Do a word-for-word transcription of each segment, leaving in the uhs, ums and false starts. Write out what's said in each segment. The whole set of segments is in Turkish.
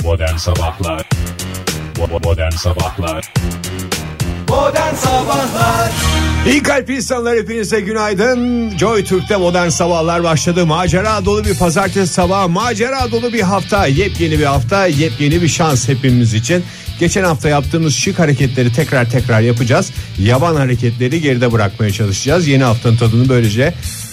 Modern Sabahlar Modern Sabahlar Modern Sabahlar İyi kalp insanlar, hepinize günaydın. Joy Türk'te Modern Sabahlar başladı. Macera dolu bir pazartesi sabahı, macera dolu bir hafta, yepyeni bir hafta, yepyeni bir şans hepimiz için. Geçen hafta yaptığımız şık hareketleri tekrar tekrar yapacağız. Yavan hareketleri geride bırakmaya çalışacağız. Yeni haftanın tadını böylece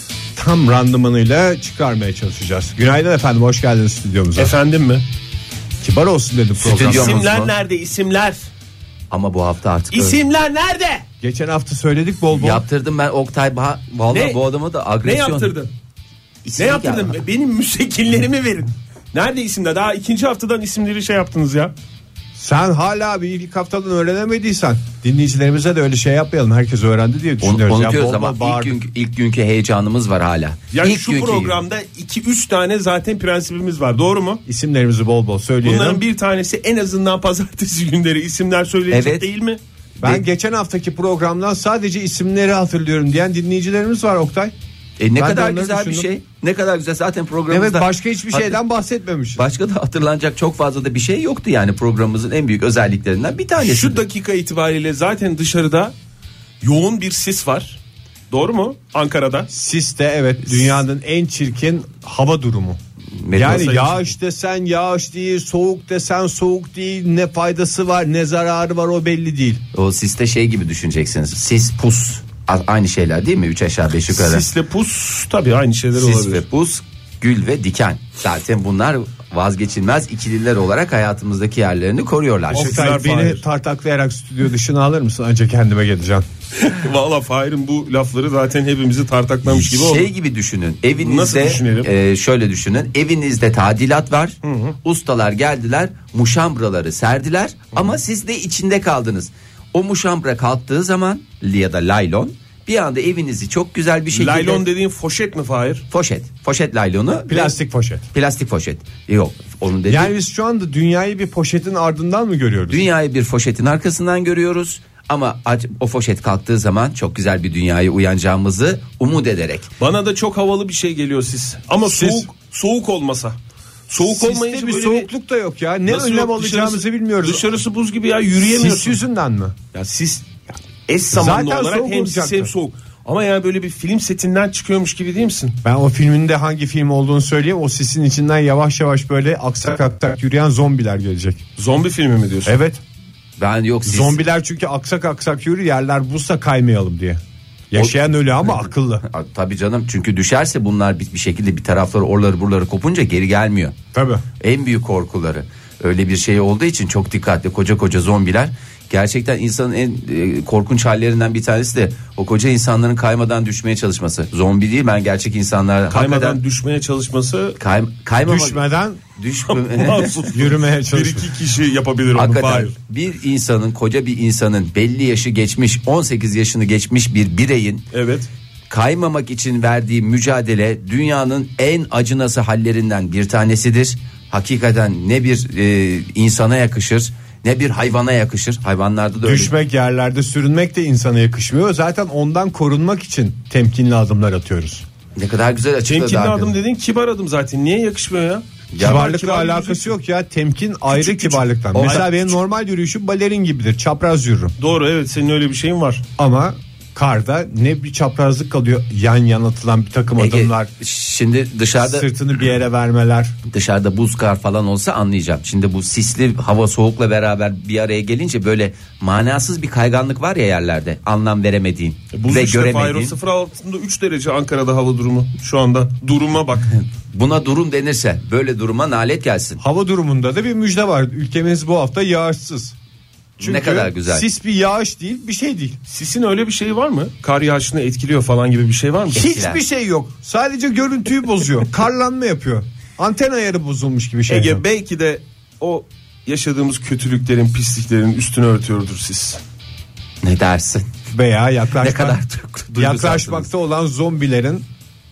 tam randımanıyla çıkarmaya çalışacağız. Günaydın efendim, hoş geldiniz stüdyomuza. Efendim mi? Kibar olsun dedim programda. İsimler nerede, isimler? Ama bu hafta artık İsimler öyle. Nerede? Geçen hafta söyledik bol bol. Yaptırdım ben Oktay bah- vallahi Ne? bu adamı da agresyon. Ne yaptırdın? İsim Ne yaptırdın? ya. Benim müstekillerimi verin. Nerede isimler? Daha ikinci haftadan isimleri şey yaptınız ya. Sen hala bir ilk haftadan öğrenemediysen dinleyicilerimize de öyle şey yapmayalım. Herkes öğrendi diye Onu, düşünüyoruz. unutuyoruz Yani bol ama bol ilk, bağırdık. günkü, ilk günkü heyecanımız var hala. Yani ilk şu günkü- programda iki üç tane zaten prensibimiz var. Doğru mu? İsimlerimizi bol bol söyleyelim. Bunların bir tanesi en azından pazartesi günleri isimler söyleyecek Evet. değil mi? Ben Ve- geçen haftaki programdan sadece isimleri hatırlıyorum diyen dinleyicilerimiz var Oktay. E ne Ben de kadar onları güzel bir düşündüm. şey. Ne kadar güzel zaten programımızda. Evet, başka hiçbir Hatta- şeyden bahsetmemişiz. Başka da hatırlanacak çok fazla da bir şey yoktu yani programımızın en büyük özelliklerinden bir tanesi. Şu dakika itibariyle zaten dışarıda yoğun bir sis var. Doğru mu? Ankara'da. Sis de evet dünyanın en çirkin hava durumu. Yani yağış desen yağış değil, soğuk desen soğuk değil, ne faydası var ne zararı var o belli değil. O siste şey gibi düşüneceksiniz. Sis pus A- aynı şeyler değil mi? Üç aşağı beş yukarı. Sisle pus tabii aynı şeyler Sis olabilir. ve pus, gül ve diken. Zaten bunlar vazgeçilmez ikililer olarak hayatımızdaki yerlerini koruyorlar. Teşekkürler Oktay, beni Fahir. tartaklayarak stüdyo dışına alır mısın? Önce kendime geleceğim. Valla Fahir'in bu lafları zaten hepimizi tartaklamış gibi oldu. Şey gibi düşünün. Nasıl Evinizde düşünelim? e, şöyle düşünün. Evinizde tadilat var. Ustalar geldiler, muşambraları serdiler ama siz de içinde kaldınız. O muşambra kalktığı zaman ya da laylon bir anda evinizi çok güzel bir şekilde Laylon dediğin foşet mi Fahir? Foşet, foşet laylonu, Plastik poşet. plastik foşet. Yok, onun dediği Yani biz şu anda dünyayı bir poşetin ardından mı görüyoruz? dünyayı bir foşetin arkasından görüyoruz. Ama ac- o foşet kalktığı zaman çok güzel bir dünyaya uyanacağımızı umut ederek. Bana da çok havalı bir şey geliyor sis. Ama Sis. soğuk soğuk olmasa. Soğuk Siste olmayınca bir böyle soğukluk da yok ya. Ne Nasıl önlem yok? alacağımızı Dışarısı- bilmiyoruz. Dışarısı buz gibi ya, yürüyemiyorsun. Sis yüzünden mi? Ya sis eş zamanlı Zaten olarak soğuk hem sis olacaktı. hem soğuk. Ama ya böyle bir film setinden çıkıyormuş gibi değil misin? Ben o filmin de hangi film olduğunu söyleyeyim. O sisin içinden yavaş yavaş böyle aksak aksak yürüyen zombiler gelecek. Zombi filmi mi diyorsun? Evet. Ben yok siz, Zombiler çünkü aksak aksak yürür, yerler buzsa kaymayalım diye. Yaşayan ölü ama akıllı. A, tabii canım, çünkü düşerse bunlar bir, bir şekilde bir tarafları oraları buraları kopunca geri gelmiyor. Tabii. En büyük korkuları öyle bir şey olduğu için çok dikkatli koca koca zombiler. Gerçekten insanın en e, korkunç hallerinden bir tanesi de o koca insanların kaymadan düşmeye çalışması. Zombi değil, ben gerçek insanlar Kaymadan hakikaten düşmeye çalışması kay, kaymamak, Düşmeden düşme, yürümeye bir çalışıyor. iki kişi yapabilir onu. hakikaten Fahir. bir insanın, koca bir insanın belli yaşı geçmiş, on sekiz yaşını geçmiş bir bireyin Evet. kaymamak için verdiği mücadele dünyanın en acınası hallerinden bir tanesidir. Hakikaten ne bir e, insana yakışır ne bir hayvana yakışır. Hayvanlarda da öyle. Düşmek, yerlerde sürünmek de insana yakışmıyor. Zaten ondan korunmak için temkinli adımlar atıyoruz. Ne kadar güzel açıkladı. Temkinli hakikaten. adım dediğin kibar adım zaten. Niye yakışmıyor ya? Kibarlıkla kibar alakası yürüyeceksin. yok ya. Temkin ayrı küçük. kibarlıktan. O- Mesela Ay- benim küçük. normal yürüyüşüm balerin gibidir. Çapraz yürürüm. Doğru, evet, senin öyle bir şeyin var. Ama karda ne bir çaprazlık kalıyor. Yan yana atılan bir takım Ege, adımlar. şimdi dışarıda Sırtını bir yere vermeler. dışarıda buz kar falan olsa anlayacağım. Şimdi bu sisli hava soğukla beraber bir araya gelince böyle manasız bir kayganlık var ya yerlerde, anlam veremediğin Buz ve işte Fahir, o göremediğin. sıfır altında üç derece Ankara'da hava durumu şu anda. Duruma bak. Buna durum denirse böyle duruma nalet gelsin. Hava durumunda da bir müjde var. Ülkemiz bu hafta yağışsız. Çünkü Ne kadar güzel. sis bir yağış değil, bir şey değil. Sisin öyle bir şeyi var mı? Kar yağışını etkiliyor falan gibi bir şey var mı? Hiçbir şey yok. Sadece görüntüyü bozuyor. Karlanma yapıyor. Anten ayarı bozulmuş gibi şey. Ege, belki de o yaşadığımız kötülüklerin, pisliklerin üstünü örtüyordur sis. Ne dersin? Veya yaklaşmak, Ne kadar duygusalsınız. yaklaşmakta olan zombilerin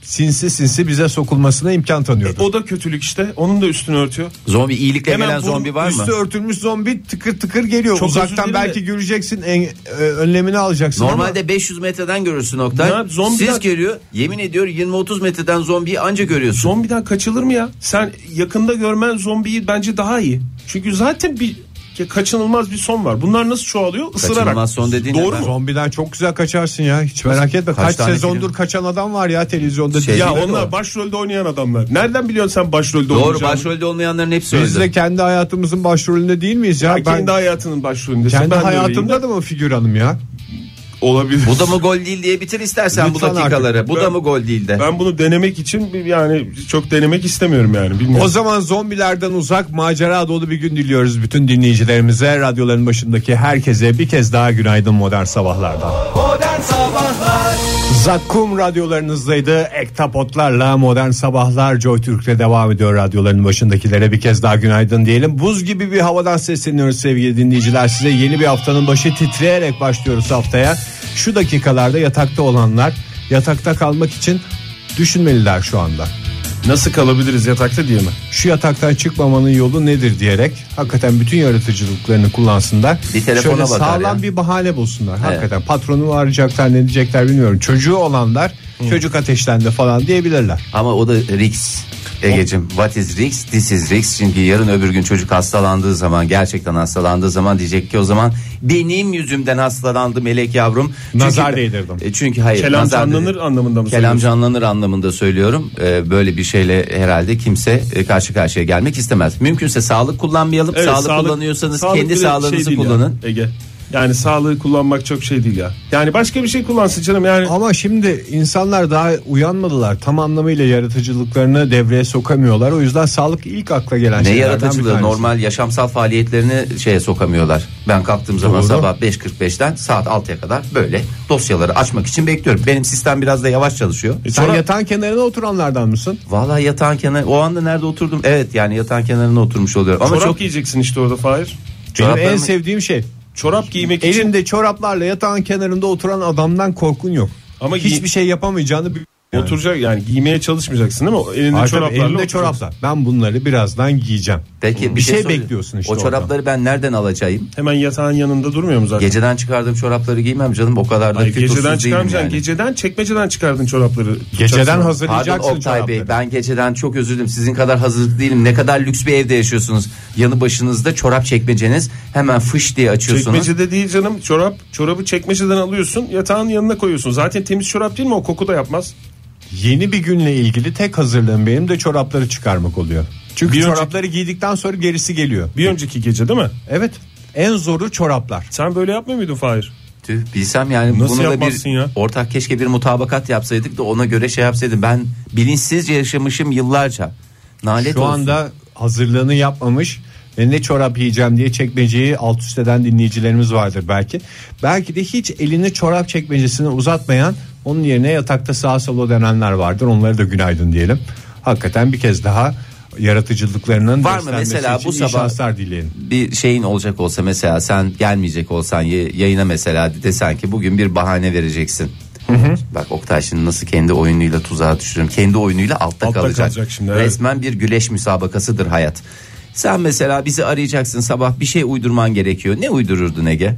sinsi sinsi bize sokulmasına imkan tanıyordur. E, o da kötülük işte. Onun da üstünü örtüyor. Zombi iyilikle Hemen gelen bu zombi var mı? Üstü örtülmüş zombi tıkır tıkır geliyor. Çok özür Uzaktan dilerim belki de. göreceksin, en, e, önlemini alacaksın. Normalde ama beş yüz metreden görürsün Oktay. Ya, zombiden- Siz görüyor. Yemin ediyorum yirmi otuz metreden zombiyi anca görüyorsun. Zombiden kaçılır mı ya? Sen yakında görmen zombiyi bence daha iyi. Çünkü zaten bir kaçınılmaz bir son var. Bunlar nasıl çoğalıyor? Isırarak. Kaçınılmaz son dediğin Doğru ne? mu? zombiden çok güzel kaçarsın ya. Hiç merak etme. Kaç Kaç, tane sezondur film? kaçan adam var ya televizyonda. Şey- Ya dizileri onlar o. başrolde oynayan adamlar. Nereden biliyorsun sen başrolde Doğru, oynayacağını? başrolde olmayanların hepsi Biz öldü. de kendi hayatımızın başrolünde değil miyiz ya? Ya ben kendi hayatının başrolündesin. kendi Ben de öyleyim hayatımda de. da mı figüranım ya? Olabilir. Bu da mı gol değil diye bitir istersen Lütfen bu dakikaları. artık. Bu Ben- da mı gol değil de. Ben bunu denemek için bir- yani çok denemek istemiyorum yani. Bilmiyorum. O zaman zombilerden uzak, macera dolu bir gün diliyoruz bütün dinleyicilerimize. Radyoların başındaki herkese bir kez daha günaydın modern sabahlardan. Modern Sabahlar Zakkum radyolarınızdaydı. Ektapotlarla modern sabahlar Joy Türk'te devam ediyor. Radyoların başındakilere bir kez daha günaydın diyelim. Buz gibi bir havadan sesleniyoruz sevgili dinleyiciler. Size yeni bir haftanın başı titreyerek başlıyoruz haftaya. Şu dakikalarda yatakta olanlar yatakta kalmak için düşünmeliler şu anda. Nasıl kalabiliriz yatakta diye mi? Şu yataktan çıkmamanın yolu nedir diyerek hakikaten bütün yaratıcılıklarını kullansınlar. Bir telefona Şöyle bakar sağlam ya. bir bahane bulsunlar. Hakikaten patronu arayacaklar, ne diyecekler bilmiyorum. Çocuğu olanlar çocuk ateşlendi falan diyebilirler. Ama o da risk. Egeciğim, what is risk? This is risk. Çünkü yarın öbür gün çocuk hastalandığı zaman, gerçekten hastalandığı zaman diyecek ki o zaman benim yüzümden hastalandı melek yavrum. Çünkü, Nazar değdirdim. E, Çünkü hayır. Kelam nazar canlanır değdir- anlamında mı Kelam söylüyorsun? canlanır anlamında söylüyorum. Ee, böyle bir şeyle herhalde kimse e, karşı karşıya gelmek istemez. Mümkünse sağlık kullanmayalım. Evet, sağlık, kullanıyorsanız sağlık kendi bile sağlığınızı şey değil kullanın. ya, Ege. Yani sağlığı kullanmak çok şey değil ya. Yani başka bir şey kullansın canım yani. Ama şimdi insanlar daha uyanmadılar. Tam anlamıyla yaratıcılıklarını devreye sokamıyorlar. O yüzden sağlık ilk akla gelen Ne şeylerden bir yaratıcılığı, tanesi. normal yaşamsal faaliyetlerini şeye sokamıyorlar. Ben kalktığım zaman Doğru. sabah beş kırk beşten saat altıya kadar böyle dosyaları açmak için bekliyorum. Benim sistem biraz da yavaş çalışıyor. E, Sen çorap- yatağın kenarına oturanlardan mısın? Vallahi yatağın kenarı, o anda nerede oturdum? Evet, yani yatağın kenarına oturmuş oluyorum. Ama çorap çok giyeceksin işte orada Fahir. Benim en Çoraplarımı- sevdiğim şey. Çorap giymek için. Elinde çoraplarla yatağın kenarında oturan adamdan korkun yok. Ama hiçbir giy- şey yapamayacağını bil- yani. Oturacak yani giymeye çalışmayacaksın değil mi? O elinde Hayır, tabii, çoraplarla elinde oturacaksın. çoraplar. Ben bunları birazdan giyeceğim. Peki bir şey, sorayım. bekliyorsun işte O çorapları ben nereden alacağım? Hemen yatağın yanında durmuyor mu zaten? Geceden çıkardığım çorapları giymem canım, o kadar da Hayır, fütursuz geceden değilim çıkarmayacaksın. yani. Geceden çekmeceden çıkardın çorapları. Geceden Tutacaksın. Pardon hazırlayacaksın Oktay çorapları. Bey, ben geceden çok özür dilerim, sizin kadar hazır değilim. Ne kadar lüks bir evde yaşıyorsunuz. Yanı başınızda çorap çekmeceniz, hemen fış diye açıyorsunuz. Çekmecede değil canım, çorap çorabı çekmeceden alıyorsun, yatağın yanına koyuyorsun. Zaten temiz çorap değil mi, o koku da yapmaz. Yeni bir günle ilgili tek hazırlığım benim de çorapları çıkarmak oluyor. Çünkü Bir çorapları giydikten sonra gerisi geliyor. Bir önceki gece değil mi? Evet. En zoru çoraplar. Sen böyle yapmıyor muydun Fahir? Tüh, bilsem yani Nasıl bunu da yapmazsın bir ya? ortak keşke bir mutabakat yapsaydık da ona göre şey yapsaydım. Ben bilinçsizce yaşamışım yıllarca. Nalet Şu olsun. anda hazırlığını yapmamış ve ne çorap yiyeceğim diye çekmeceyi alt üst eden dinleyicilerimiz vardır belki. Belki de hiç elini çorap çekmecesine uzatmayan, onun yerine yatakta sağa sola dönenler vardır. Onlara da günaydın diyelim. Hakikaten bir kez daha yaratıcılıklarının Var mı beslenmesi mesela için bu iyi sabah- şanslar dileyelim. Bir şeyin olacak olsa, mesela sen gelmeyecek olsan y- yayına, mesela desen ki bugün bir bahane vereceksin. Bak Oktay şimdi nasıl kendi oyunuyla tuzağa düşürüyorum. Kendi oyunuyla altta, Altta kalacak. kalacak şimdi, evet. Resmen bir güleş müsabakasıdır hayat. Sen mesela bizi arayacaksın sabah, bir şey uydurman gerekiyor. Ne uydururdun Ege?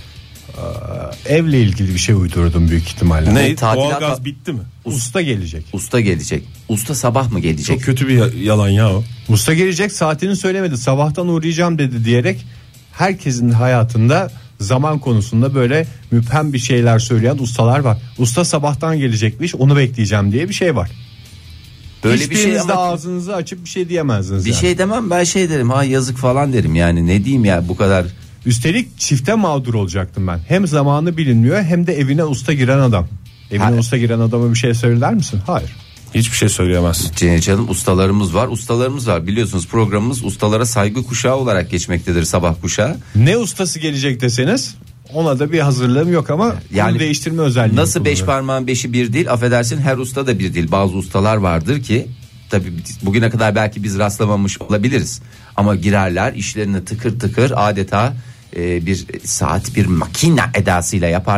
Evle ilgili bir şey uydurdum büyük ihtimalle. Ne? tadilat- Doğalgaz bitti mi? Usta gelecek. Usta gelecek. Usta sabah mı gelecek? Çok kötü bir ya- yalan ya o. Usta gelecek, saatini söylemedi, sabahtan uğrayacağım dedi diyerek herkesin hayatında zaman konusunda böyle müphem bir şeyler söyleyen ustalar var. Usta sabahtan gelecekmiş, onu bekleyeceğim diye bir şey var. Böyle bir şey Hiçbiriniz de ama ağzınızı açıp bir şey diyemezsiniz. bir yani. şey demem, ben şey derim, ha yazık falan derim, yani ne diyeyim ya, bu kadar. Üstelik çifte mağdur olacaktım ben. Hem zamanı bilinmiyor hem de evine usta giren adam. Evine Ha. usta giren adama bir şey söyler misin? Hayır. Hiçbir şey söyleyemezsin. Cene canım, ustalarımız var, ustalarımız var. Biliyorsunuz programımız ustalara saygı kuşağı olarak geçmektedir, sabah kuşağı. Ne ustası gelecek deseniz ona da bir hazırlığım yok ama yani Yani değiştirme özelliği. Nasıl beş parmağın beşi bir değil, affedersin, her usta da bir değil. Bazı ustalar vardır ki tabii bugüne kadar belki biz rastlamamış olabiliriz. Ama girerler, işlerini tıkır tıkır adeta e, bir saat, bir makine edasıyla yaparlar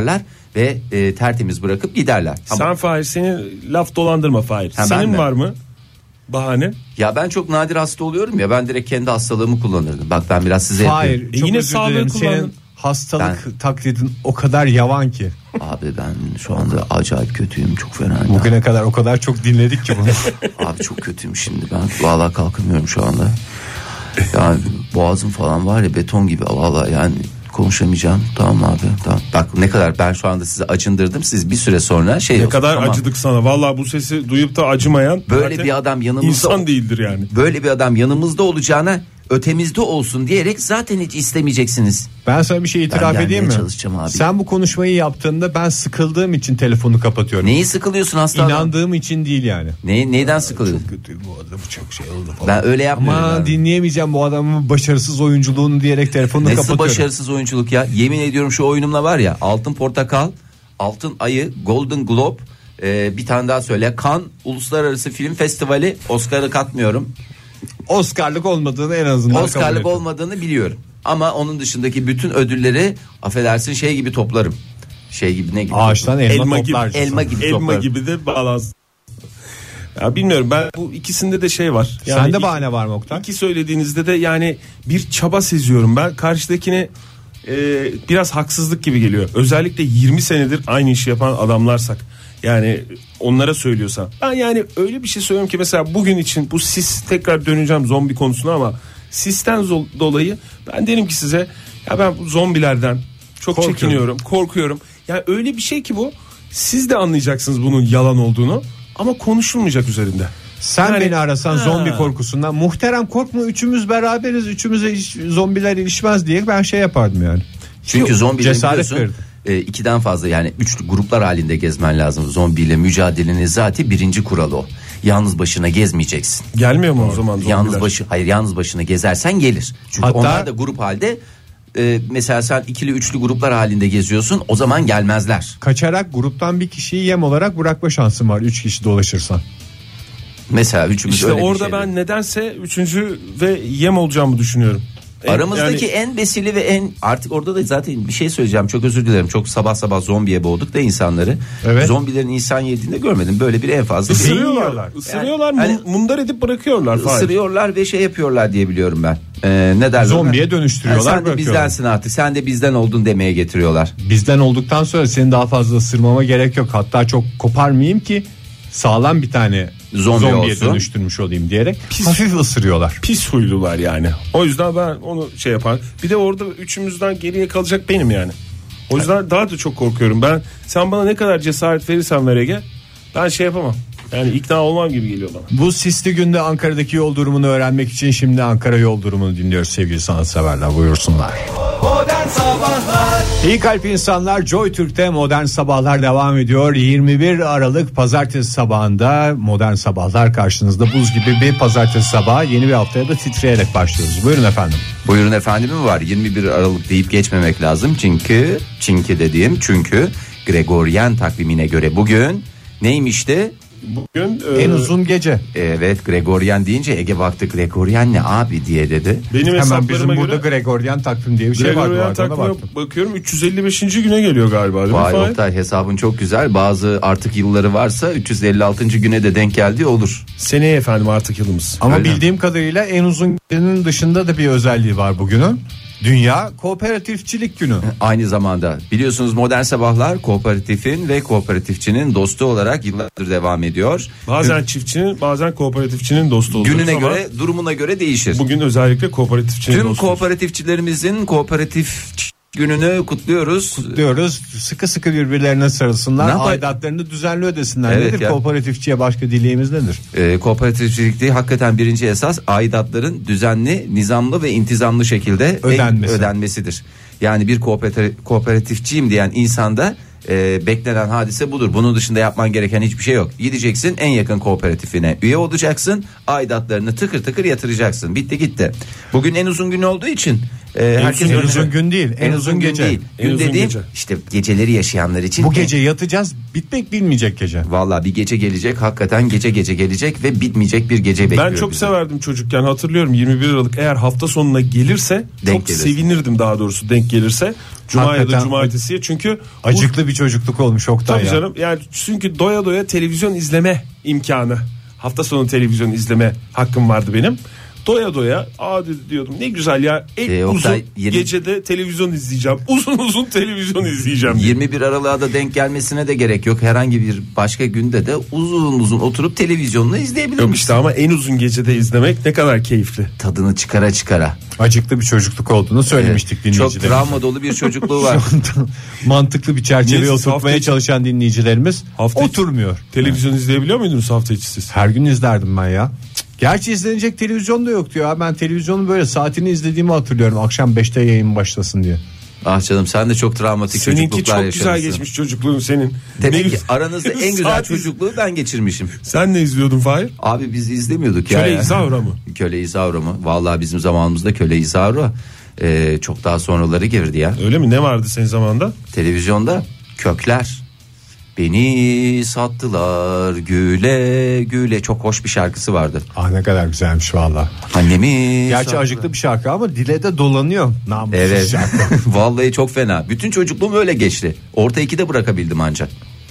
ve e, tertemiz bırakıp giderler. Sen Ama, Fahir, senin laf dolandırma Fahir. Ha, Senin ben var mı bahane? ya ben çok nadir hasta oluyorum ya, ben direkt kendi hastalığımı kullanırdım. Bak ben biraz size Hayır, yapıyorum. çok yine özür sağlığı dilerim. kullandın. Senin hastalık taklidin o kadar yavan ki. Abi ben şu anda acayip kötüyüm, çok fena. Bugüne kadar o kadar çok dinledik ki bunu. Abi çok kötüyüm şimdi ben. Vallahi kalkamıyorum şu anda. Yani boğazım falan var ya beton gibi. Vallahi yani konuşamayacağım. Tamam abi. Tamam. Bak ne kadar ben şu anda sizi acındırdım. Siz bir süre sonra şey Ne olsun, kadar tamam. acıdık sana. Vallahi bu sesi duyup da acımayan Böyle zaten bir adam yanımızda insan değildir yani. Böyle bir adam yanımızda olacağına ötemizde olsun diyerek zaten hiç istemeyeceksiniz. Ben sana bir şey itiraf Ben edeyim mi? gelmeye çalışacağım abi. Sen bu konuşmayı yaptığında ben sıkıldığım için telefonu kapatıyorum. Neyi sıkılıyorsun hasta adam? İnandığım için değil yani. Ne, neyden sıkılıyorsun? Kötü bu adam, çok şey oldu falan. Ben öyle yapmıyorum. Ama abi. dinleyemeyeceğim bu adamın başarısız oyunculuğunu diyerek telefonu Nasıl kapatıyorum. başarısız oyunculuk ya? Yemin ediyorum şu oyunumla var ya, Altın Portakal, Altın Ayı, Golden Globe, e, bir tane daha söyle, Cannes Uluslararası Film Festivali, Oscar'ı katmıyorum. Oscar'lık olmadığını en azından kabul Oscar'lık ettim. olmadığını biliyorum. Ama onun dışındaki bütün ödülleri affedersin şey gibi toplarım. Şey gibi ne gibi? Ağaçtan elma, Elma gibi, toplarsın. elma gibi Elma toplarım. gibi de bağlansın. Ya bilmiyorum, ben bu ikisinde de şey var. Yani Sende iki- bahane var mı Oktay? İki söylediğinizde de yani bir çaba seziyorum ben. Karşıdakine e, biraz haksızlık gibi geliyor. Özellikle yirmi senedir aynı işi yapan adamlarsak. Yani onlara söylüyorsan. Ben yani öyle bir şey söylüyorum ki mesela bugün için bu sis, tekrar döneceğim zombi konusuna ama sisten zo- dolayı ben derim ki size, ya ben bu zombilerden çok Korkuyorum. çekiniyorum, korkuyorum. Yani öyle bir şey ki bu, siz de anlayacaksınız bunun yalan olduğunu ama konuşulmayacak üzerinde. Sen Yani- beni arasan Ha. zombi korkusundan, muhterem korkma, üçümüz beraberiz, üçümüze hiç zombiler ilişmez diye ben şey yapardım yani. Çünkü zombilerin cesaret biliyorsun verirdim. e, ikiden fazla, yani üç gruplar halinde gezmen lazım. Zombiyle mücadelenin zaten birinci kuralı o. Yalnız başına gezmeyeceksin. Gelmiyor mu o zaman zombiler? Yalnız başı hayır yalnız başına gezersen gelir. Çünkü Hatta- onlar da grup halde, e, mesela sen ikili üçlü gruplar halinde geziyorsun, o zaman gelmezler. Kaçarak gruptan bir kişiyi yem olarak bırakma şansın var, üç kişi dolaşırsan. Mesela üçümüz İşte öyle bir orada şeydi. ben nedense üçüncü ve yem olacağımı düşünüyorum. En- Aramızdaki yani- en besili ve en artık orada da zaten bir şey söyleyeceğim, çok özür dilerim, çok sabah sabah zombiye boğduk da insanları. Evet. Zombilerin insan yediğinde görmedim böyle bir, en fazla Isırıyorlar. Isırıyorlar, Yani- mum- mundar edip bırakıyorlar. Fahir. ısırıyorlar ve şey yapıyorlar diye biliyorum ben. Ee, ne derler? Zombiye ona? dönüştürüyorlar, Ha, sen de bırakıyorlar. bizdensin artık, sen de bizden oldun demeye getiriyorlar. Bizden olduktan sonra seni daha fazla ısırmama gerek yok. Hatta çok koparmayayım ki sağlam bir tane Zombi zombiye olsun. dönüştürmüş olayım diyerek Pis- hafif ısırıyorlar. Pis huylular yani. O yüzden ben onu şey yapan. Bir de orada üçümüzden geriye kalacak benim yani. O yüzden daha da çok korkuyorum. Ben, sen bana ne kadar cesaret verirsen ver Ege, ben şey yapamam. Yani ikna olmam gibi geliyor bana. Bu sisli günde Ankara'daki yol durumunu öğrenmek için şimdi Ankara yol durumunu dinliyoruz sevgili sanatseverler, buyursunlar. Modern Sabahlar. İyi kalp insanlar, Joy Türk'te Modern Sabahlar devam ediyor. yirmi bir Aralık Pazartesi sabahında Modern Sabahlar karşınızda, buz gibi bir pazartesi sabahı, yeni bir haftaya da titreyerek başlıyoruz. Buyurun efendim. Buyurun efendim mi var? yirmi bir Aralık deyip geçmemek lazım. Çünkü çünkü dediğim çünkü Gregorian takvimine göre bugün neymişti? Bugün e, En uzun gece. Evet, Gregorian deyince Ege baktı, Gregorian ne abi diye dedi. benim Hemen bizim hesaplarıma burada göre Gregorian takvim diye bir şey var. bu Gregorian arada, ona takvime baktım. bakıyorum, üç yüz elli beşinci güne geliyor galiba değil mi Vay Fahir? Oktay, hesabın çok güzel. Bazı artık yılları varsa üç yüz elli altıncı güne de denk geldiği olur. Seneye efendim artık yılımız. Ama Öyle. bildiğim kadarıyla en uzun gecenin dışında da bir özelliği var bugünün. Dünya Kooperatifçilik Günü. Aynı zamanda biliyorsunuz Modern Sabahlar kooperatifin ve kooperatifçinin dostu olarak yıllardır devam ediyor. Bazen çiftçinin, bazen kooperatifçinin dostu oluyoruz Gününe ama göre, durumuna göre değişir. bugün özellikle kooperatifçinin Tüm dostu. kooperatifçilerimizin kooperatif gününü kutluyoruz. Diyoruz, sıkı sıkı birbirlerine Ne sarılsınlar, yapar- aidatlarını düzenli ödesinler. Evet Nedir ya. kooperatifçiye başka dileğimiz nedir? Ee, kooperatifçilikte hakikaten birinci esas aidatların düzenli, nizamlı ve intizamlı şekilde Ödenmesi. ödenmesidir. Yani bir kooperatif, kooperatifçiyim diyen insanda e, beklenen hadise budur. Bunun dışında yapman gereken hiçbir şey yok. Gideceksin en yakın kooperatifine üye olacaksın, aidatlarını tıkır tıkır yatıracaksın. Bitti gitti. Bugün en uzun gün olduğu için Ee, herkes en öyle- uzun gün değil, en uzun gece. değil. En Gün uzun dediğim gece. işte geceleri yaşayanlar için. Bu gece yatacağız, bitmek bilmeyecek gece. Vallahi bir gece gelecek, hakikaten gece gece gelecek ve bitmeyecek bir gece bekliyor Ben çok bizi. severdim çocukken, hatırlıyorum yirmi bir Aralık eğer hafta sonuna gelirse Denk çok gelirse. sevinirdim, daha doğrusu denk gelirse Cuma ya da Hakikaten Cumartesiye, çünkü bu- Acıklı bir çocukluk olmuş Oktay tabii ya. canım, yani çünkü doya doya televizyon izleme imkanı, hafta sonu televizyon izleme hakkım vardı benim. Doya doya aa diyordum, ne güzel ya, en Ee, uzun Oktay, yeni- gecede televizyon izleyeceğim, uzun uzun televizyon izleyeceğim diye. yirmi bir Aralık'a da denk gelmesine de gerek yok. Herhangi bir başka günde de uzun uzun oturup televizyonla izleyebilir Yok misin? işte, ama en uzun gecede izlemek ne kadar keyifli. Tadını çıkara çıkara. Acıklı bir çocukluk olduğunu söylemiştik Çok dinleyicilerimize. travma dolu bir çocukluğu var. Mantıklı bir çerçeveye Niye siz oturtmaya hafta- çalışan dinleyicilerimiz Hafta içi- oturmuyor. Televizyon izleyebiliyor muydunuz hafta içi siz? Her gün izlerdim ben ya. Gerçi izlenecek televizyon da yoktu ya. Ben televizyonun böyle saatini izlediğimi hatırlıyorum. Akşam beşte yayın başlasın diye. Ah canım, sen de çok travmatik Seninki çocukluklar çok yaşamışsın. güzel geçmiş çocukluğun senin. Demek Ne- ki aranızda en güzel Saat- çocukluğu ben geçirmişim. Sen ne izliyordun Fahir? Abi biz izlemiyorduk ya. Köle ya. İzahra mı? Köle İzahra mı? Vallahi bizim zamanımızda Köle İzahra e, çok daha sonraları girdi ya. Öyle mi? Ne vardı senin zamanında? Televizyonda Kökler. Beni sattılar güle güle, çok hoş bir şarkısı vardı. Ah ne kadar güzelmiş valla. Annemi Gerçi sattılar. acıklı bir şarkı ama dile de dolanıyor. Namussuz Evet. şarkı. Vallahi çok fena. Bütün çocukluğum öyle geçti. Orta ikide bırakabildim ancak.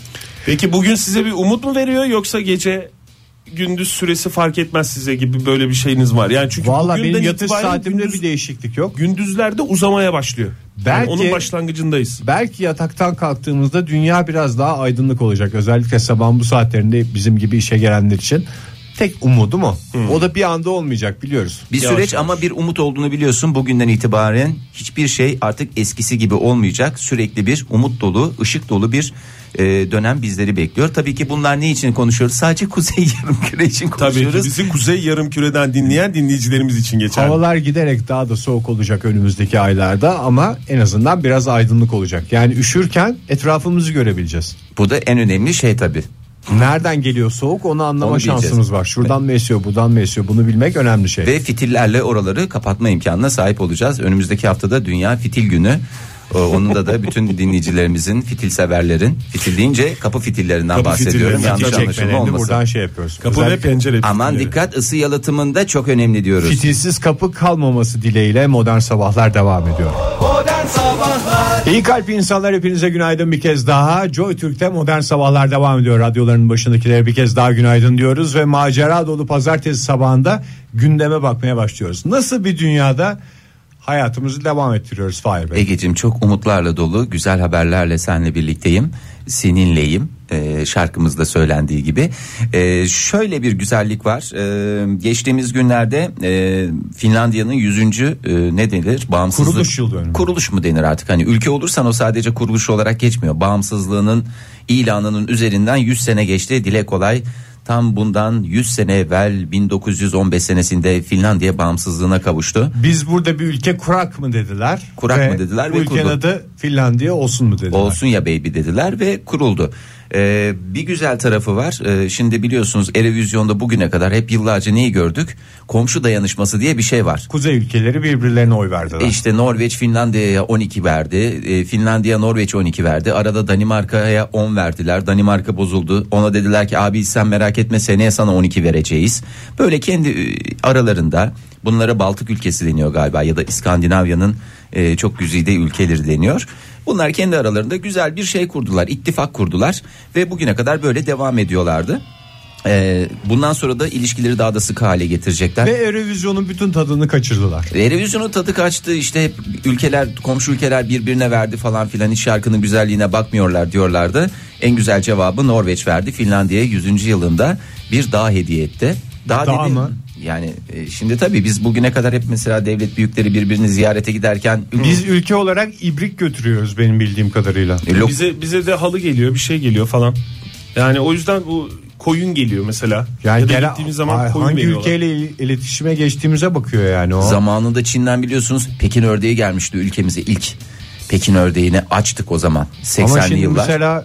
Peki bugün size bir umut mu veriyor, yoksa gece gündüz süresi fark etmez size gibi böyle bir şeyiniz var? Yani çünkü Valla bugünden benim yatış itibaren saatimde gündüz- bir değişiklik yok. gündüzlerde uzamaya başlıyor. Yani Belki- onun başlangıcındayız. Belki yataktan kalktığımızda dünya biraz daha aydınlık olacak. Özellikle sabahın bu saatlerinde bizim gibi işe gelenler için tek umudum o. O da bir anda olmayacak, biliyoruz. Bir Yavaş süreç yavaş. ama bir umut olduğunu biliyorsun. Bugünden itibaren hiçbir şey artık eskisi gibi olmayacak. Sürekli bir umut dolu, ışık dolu bir e, dönem bizleri bekliyor. Tabii ki bunlar ne için konuşuyoruz? Sadece Kuzey Yarımküre için Tabii ki konuşuyoruz. bizi Kuzey Yarımküre'den dinleyen dinleyicilerimiz için geçer. Havalar giderek daha da soğuk olacak önümüzdeki aylarda ama en azından biraz aydınlık olacak. Yani üşürken etrafımızı görebileceğiz. Bu da en önemli şey tabii. Nereden geliyor soğuk onu anlama Onu şansımız bileceğiz. var. Şuradan mı esiyor, buradan mı esiyor, bunu bilmek önemli şey. Ve fitillerle oraları kapatma imkanına sahip olacağız. Önümüzdeki haftada Dünya Fitil Günü. Ee, Onun da da bütün dinleyicilerimizin, fitil severlerin, fitil deyince kapı fitillerinden Kapı bahsediyorum. fitilleri, Yanlış fitil anlaşılma Çekmelerini olmasın. buradan şey yapıyoruz. Kapı ve Özellikle pencere. Aman fitilleri. dikkat, ısı yalıtımında çok önemli diyoruz. fitilsiz kapı kalmaması dileğiyle Modern Sabahlar devam ediyor. Modern Sabahlar İyi kalp insanlar, hepinize günaydın bir kez daha. Joy Türk'te Modern Sabahlar devam ediyor. Radyoların başındakilere bir kez daha günaydın diyoruz ve macera dolu pazartesi sabahında gündeme bakmaya başlıyoruz. Nasıl bir dünyada hayatımızı devam ettiriyoruz Fahir Bey? Egeciğim, çok umutlarla dolu, güzel haberlerle seninle birlikteyim. Seninleyim. Ee, şarkımızda söylendiği gibi. Ee, şöyle bir güzellik var. Ee, geçtiğimiz günlerde e, Finlandiya'nın yüzüncü e, ne denir? Bağımsızlık. Kuruluş yıl dönümü. Kuruluş mu denir artık? Hani ülke olursan o sadece kuruluş olarak geçmiyor. Bağımsızlığının ilanının üzerinden yüz sene geçti. Dile kolay. Tam bundan yüz sene evvel bin dokuz yüz on beş senesinde Finlandiya bağımsızlığına kavuştu. Biz burada bir ülke kurak mı dediler? Kurak mı dediler bu ve ülkenin kurdu. adı Finlandiya olsun mu dediler? Olsun ya baby dediler ve kuruldu. Ee, bir güzel tarafı var. Ee, şimdi biliyorsunuz Eurovision'da bugüne kadar hep yıllarca neyi gördük? Komşu dayanışması diye bir şey var. Kuzey ülkeleri birbirlerine oy verdiler. E İşte Norveç Finlandiya'ya on iki verdi. E, Finlandiya Norveç'e on iki verdi. Arada Danimarka'ya on verdiler. Danimarka bozuldu. Ona dediler ki abi sen merak etme, seneye sana on iki vereceğiz. Böyle kendi e, aralarında, bunlara Baltık ülkesi deniyor galiba ya da İskandinavya'nın e, çok güzide ülkeleri deniyor. Bunlar kendi aralarında güzel bir şey kurdular, ittifak kurdular ve bugüne kadar böyle devam ediyorlardı. Ee, bundan sonra da ilişkileri daha da sıkı hale getirecekler. Ve Eurovision'un bütün tadını kaçırdılar. Eurovision'un tadı kaçtı, işte hep ülkeler, komşu ülkeler birbirine verdi falan filan, hiç şarkının güzelliğine bakmıyorlar diyorlardı. En güzel cevabı Norveç verdi. Finlandiya'ya yüzüncü yılında bir dağ hediye etti. Dağ, Dağ dedi, mı? Yani e, şimdi tabii biz bugüne kadar hep mesela devlet büyükleri birbirini ziyarete giderken Biz ülke olarak ibrik götürüyoruz benim bildiğim kadarıyla. Lok- Bize bize de halı geliyor, bir şey geliyor falan. Yani o yüzden bu koyun geliyor mesela. Yani ya da gele- gittiğimiz zaman Ay, koyun hangi veriyorlar. ülkeyle il- iletişime geçtiğimize bakıyor yani o. zamanında Çin'den biliyorsunuz Pekin ördeği gelmişti ülkemize ilk. Pekin ördeğini açtık o zaman Ama seksenli şimdi yıllar. mesela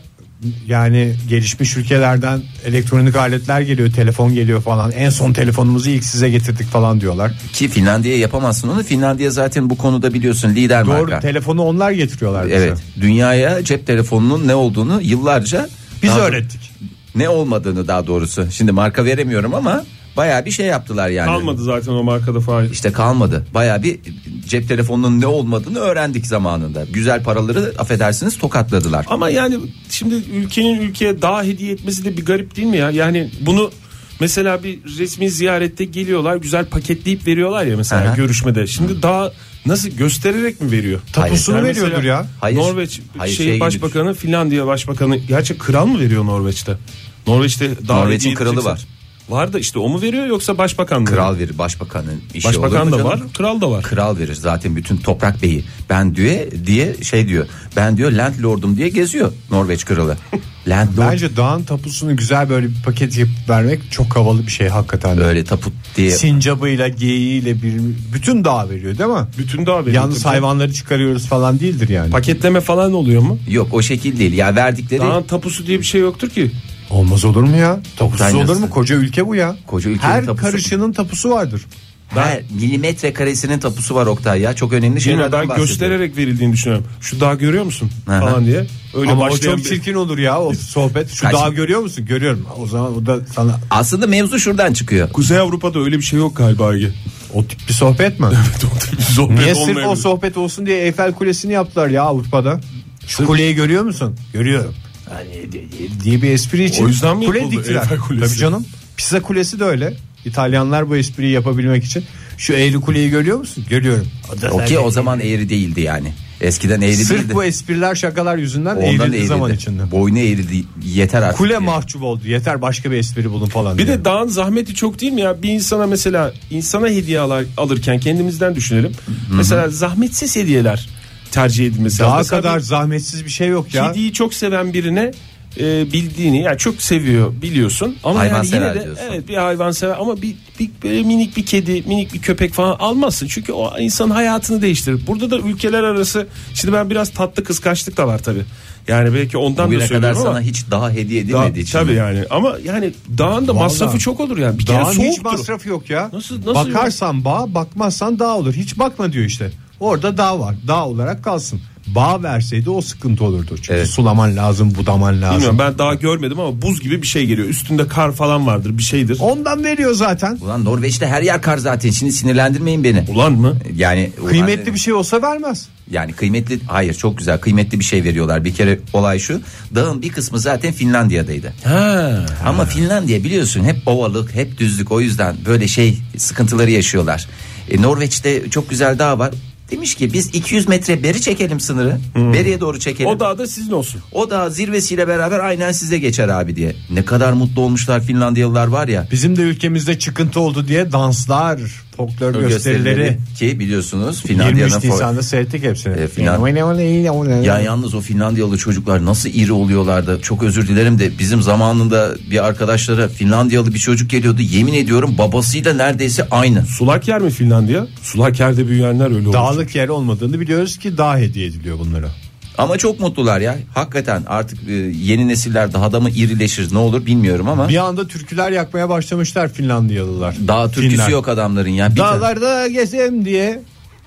yani gelişmiş ülkelerden elektronik aletler geliyor, telefon geliyor falan. En son telefonumuzu ilk size getirdik falan diyorlar. Ki Finlandiya'ya yapamazsın onu. Finlandiya zaten bu konuda biliyorsun lider Doğru, marka. telefonu onlar getiriyorlar bize. Evet, dünyaya cep telefonunun ne olduğunu yıllarca Biz daha- öğrettik. Ne olmadığını daha doğrusu. Şimdi marka veremiyorum ama bayağı bir şey yaptılar yani. Kalmadı zaten o markada falan. İşte kalmadı. Bayağı bir cep telefonunun ne olmadığını öğrendik zamanında. Güzel paraları affedersiniz tokatladılar. Ama yani şimdi ülkenin ülkeye daha hediye etmesi de bir garip değil mi ya? Yani bunu mesela bir resmi ziyarette geliyorlar, güzel paketleyip veriyorlar ya mesela Aha. görüşmede. Şimdi daha nasıl göstererek mi veriyor? Tapusunu Yani veriyordur mesela ya. Hayır. Norveç Hayır, şey şey gibi başbakanı, Finlandiya başbakanı, gerçi kral mı veriyor Norveç'te? Norveç'te daha Norveç'in hediye kralı edeceksin. var. Var da işte o mu veriyor yoksa başbakan mı? Kral verir, başbakanın işi olur Başbakan mu da canım? var, kral da var. Kral verir zaten, bütün toprak beyi. Ben diyor diye şey diyor. Ben diyor landlordum diye geziyor Norveç kralı. Landlord. Bence dağın tapusunu güzel böyle bir paket yapıp vermek çok havalı bir şey hakikaten. Öyle taput diye. Sincabıyla, geyiğiyle bir, bütün dağ veriyor değil mi? Bütün daha veriyor. Yalnız Tabii. hayvanları çıkarıyoruz falan değildir yani. Paketleme falan oluyor mu? Yok, o şekil değil. Ya verdikleri Dağın tapusu diye bir şey yoktur ki. Olmaz olur mu ya? Tapusuz Oktay olur nasıl? mu? Koca ülke bu ya. Koca ülkenin Her tapusu. karışının tapusu vardır. her milimetre karesinin tapusu var Oktay ya. Çok önemli Değil mi? şeylerden Ben bahsediyorum. göstererek verildiğini düşünüyorum. Şu dağ görüyor musun? Aha. Falan diye. Öyle Ama o başlayan çok bir- çirkin olur ya o sohbet. Şu Kaç- dağı görüyor musun? Görüyorum. O zaman o da sana Aslında mevzu şuradan çıkıyor. Kuzey Avrupa'da öyle bir şey yok galiba Ege. o tip bir sohbet mi? Sohbet Niye sırf olmayabilir. o sohbet olsun diye Eyfel Kulesi'ni yaptılar ya Avrupa'da. Şu kuleyi görüyor musun? Görüyorum. Hani diye bir espri için O yüzden mi kule yapıldı diktiler. Eyfel Kulesi? Tabii canım. Pisa Kulesi de öyle. İtalyanlar bu espriyi yapabilmek için. Şu eğri kuleyi görüyor musun? Görüyorum. Okey, o zaman eğri değildi yani. Eskiden eğri Sırf değildi. bu espriler şakalar yüzünden Ondan eğrildi eğrildi. zaman içinde. Boynu eğrildi. Yeter artık. Kule diye. mahcup oldu. Yeter başka bir espri bulun falan Bir diye. de dağın zahmeti çok değil mi ya? Bir insana mesela insana hediye al- alırken kendimizden düşünelim. Mesela zahmetsiz hediyeler tercih edilmesi. daha Mesela kadar bir zahmetsiz bir şey yok ya. kediyi çok seven birine e, bildiğini, yani çok seviyor biliyorsun ama yani Hayvansever yine de diyorsun. evet bir hayvansever ama bir, bir böyle minik bir kedi, minik bir köpek falan almazsın çünkü o insanın hayatını değiştirir. Burada da ülkeler arası şimdi ben biraz tatlı kıskançlık da var tabii. Yani belki ondan da Bugüne kadar söylüyorum ama sana hiç daha hediye Dağ- edilmediği için. tabii mi? yani ama yani dağın da Vallahi. masrafı çok olur yani. Bir kere Dağın hiç soğuktur. masrafı yok ya. Nasıl- nasıl Bakarsan bağ, bakmazsan dağ olur. Hiç bakma diyor işte. Orada dağ var. Dağ olarak kalsın. Bağ verseydi o sıkıntı olurdu. Çünkü Evet. sulaman lazım, budaman lazım. Bilmiyorum, ben daha görmedim ama buz gibi bir şey geliyor. Üstünde kar falan vardır, bir şeydir. Ondan veriyor zaten. Ulan Norveç'te her yer kar zaten. Şimdi sinirlendirmeyin beni. Ulan mı? Yani ulan- Kıymetli bir şey olsa vermez. Yani kıymetli, hayır, çok güzel kıymetli bir şey veriyorlar. Bir kere olay şu. Dağın bir kısmı zaten Finlandiya'daydı. Ha. Ama Finlandiya biliyorsun hep ovalık, hep düzlük, o yüzden böyle şey sıkıntıları yaşıyorlar. E, Norveç'te çok güzel dağ var. Demiş ki biz iki yüz metre beri çekelim sınırı. Beriye doğru çekelim. O dağ da sizin olsun. O da zirvesiyle beraber aynen size geçer abi diye. Ne kadar mutlu olmuşlar Finlandiyalılar var ya. Bizim de ülkemizde çıkıntı oldu diye danslar, folklor gösterileri. Ki biliyorsunuz yirmi Finlandiya'nın üç Nisan'da seyrettik hepsini. E, Finland- Ya yalnız o Finlandiyalı çocuklar nasıl iri oluyorlardı. Çok özür dilerim de bizim zamanında bir arkadaşlara Finlandiyalı bir çocuk geliyordu. Yemin ediyorum babasıyla neredeyse aynı. Sulak yer mi Finlandiya? Sulak yerde büyüyenler öyle olur. Dağlık yer olmadığını biliyoruz ki dağ hediye ediliyor bunlara. Ama çok mutlular ya. Hakikaten artık e, yeni nesiller daha da mı irileşir ne olur bilmiyorum ama. Bir anda türküler yakmaya başlamışlar Finlandiyalılar. Dağ türküsü Finler. yok adamların ya. Bir tane- Dağlarda gezem diye.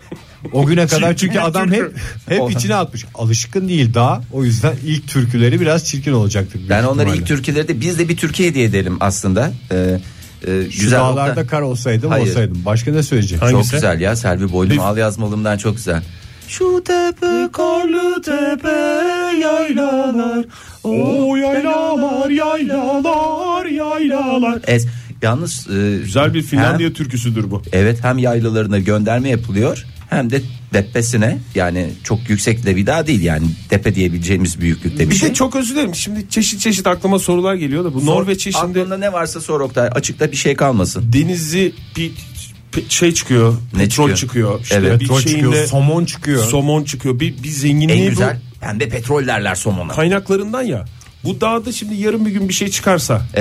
O güne kadar çünkü Çirkin adam türkü. hep hep içine atmış. Alışkın değil dağ. O yüzden ilk türküleri biraz çirkin olacaktır. büyük Ben onları ihtimalle. ilk türküleri de biz de bir Türkiye hediye edelim aslında. Ee, e, Şu güzel dağlarda nokta. kar olsaydım Hayır. olsaydım. Başka ne söyleyecek? Hangisi? Çok güzel ya, Selvi Boylum al yazmalımdan çok güzel. Şu tepe karlı tepe yaylalar. O yaylalar yaylalar yaylalar. Es, yalnız e, Güzel bir Finlandiya hem- türküsüdür bu. evet, hem yaylalarına gönderme yapılıyor hem de tepesine, yani çok yüksek de bir dağ değil yani tepe diyebileceğimiz büyüklükte bir, Bir şey. de çok özür dilerim. Şimdi çeşit çeşit aklıma sorular geliyor da bu Norveç'e şimdi Aklında ne varsa sor Oktay, açıkta bir şey kalmasın. denizi bir pe- şey çıkıyor. Ne petrol çıkıyor? çıkıyor. İşte Evet, bir Petrol şeyinde çıkıyor, somon çıkıyor. somon çıkıyor. Bir, bir zenginliği En bu güzel pembe petrol derler somona. kaynaklarından ya. Bu dağda şimdi yarın bir gün bir şey çıkarsa Evet.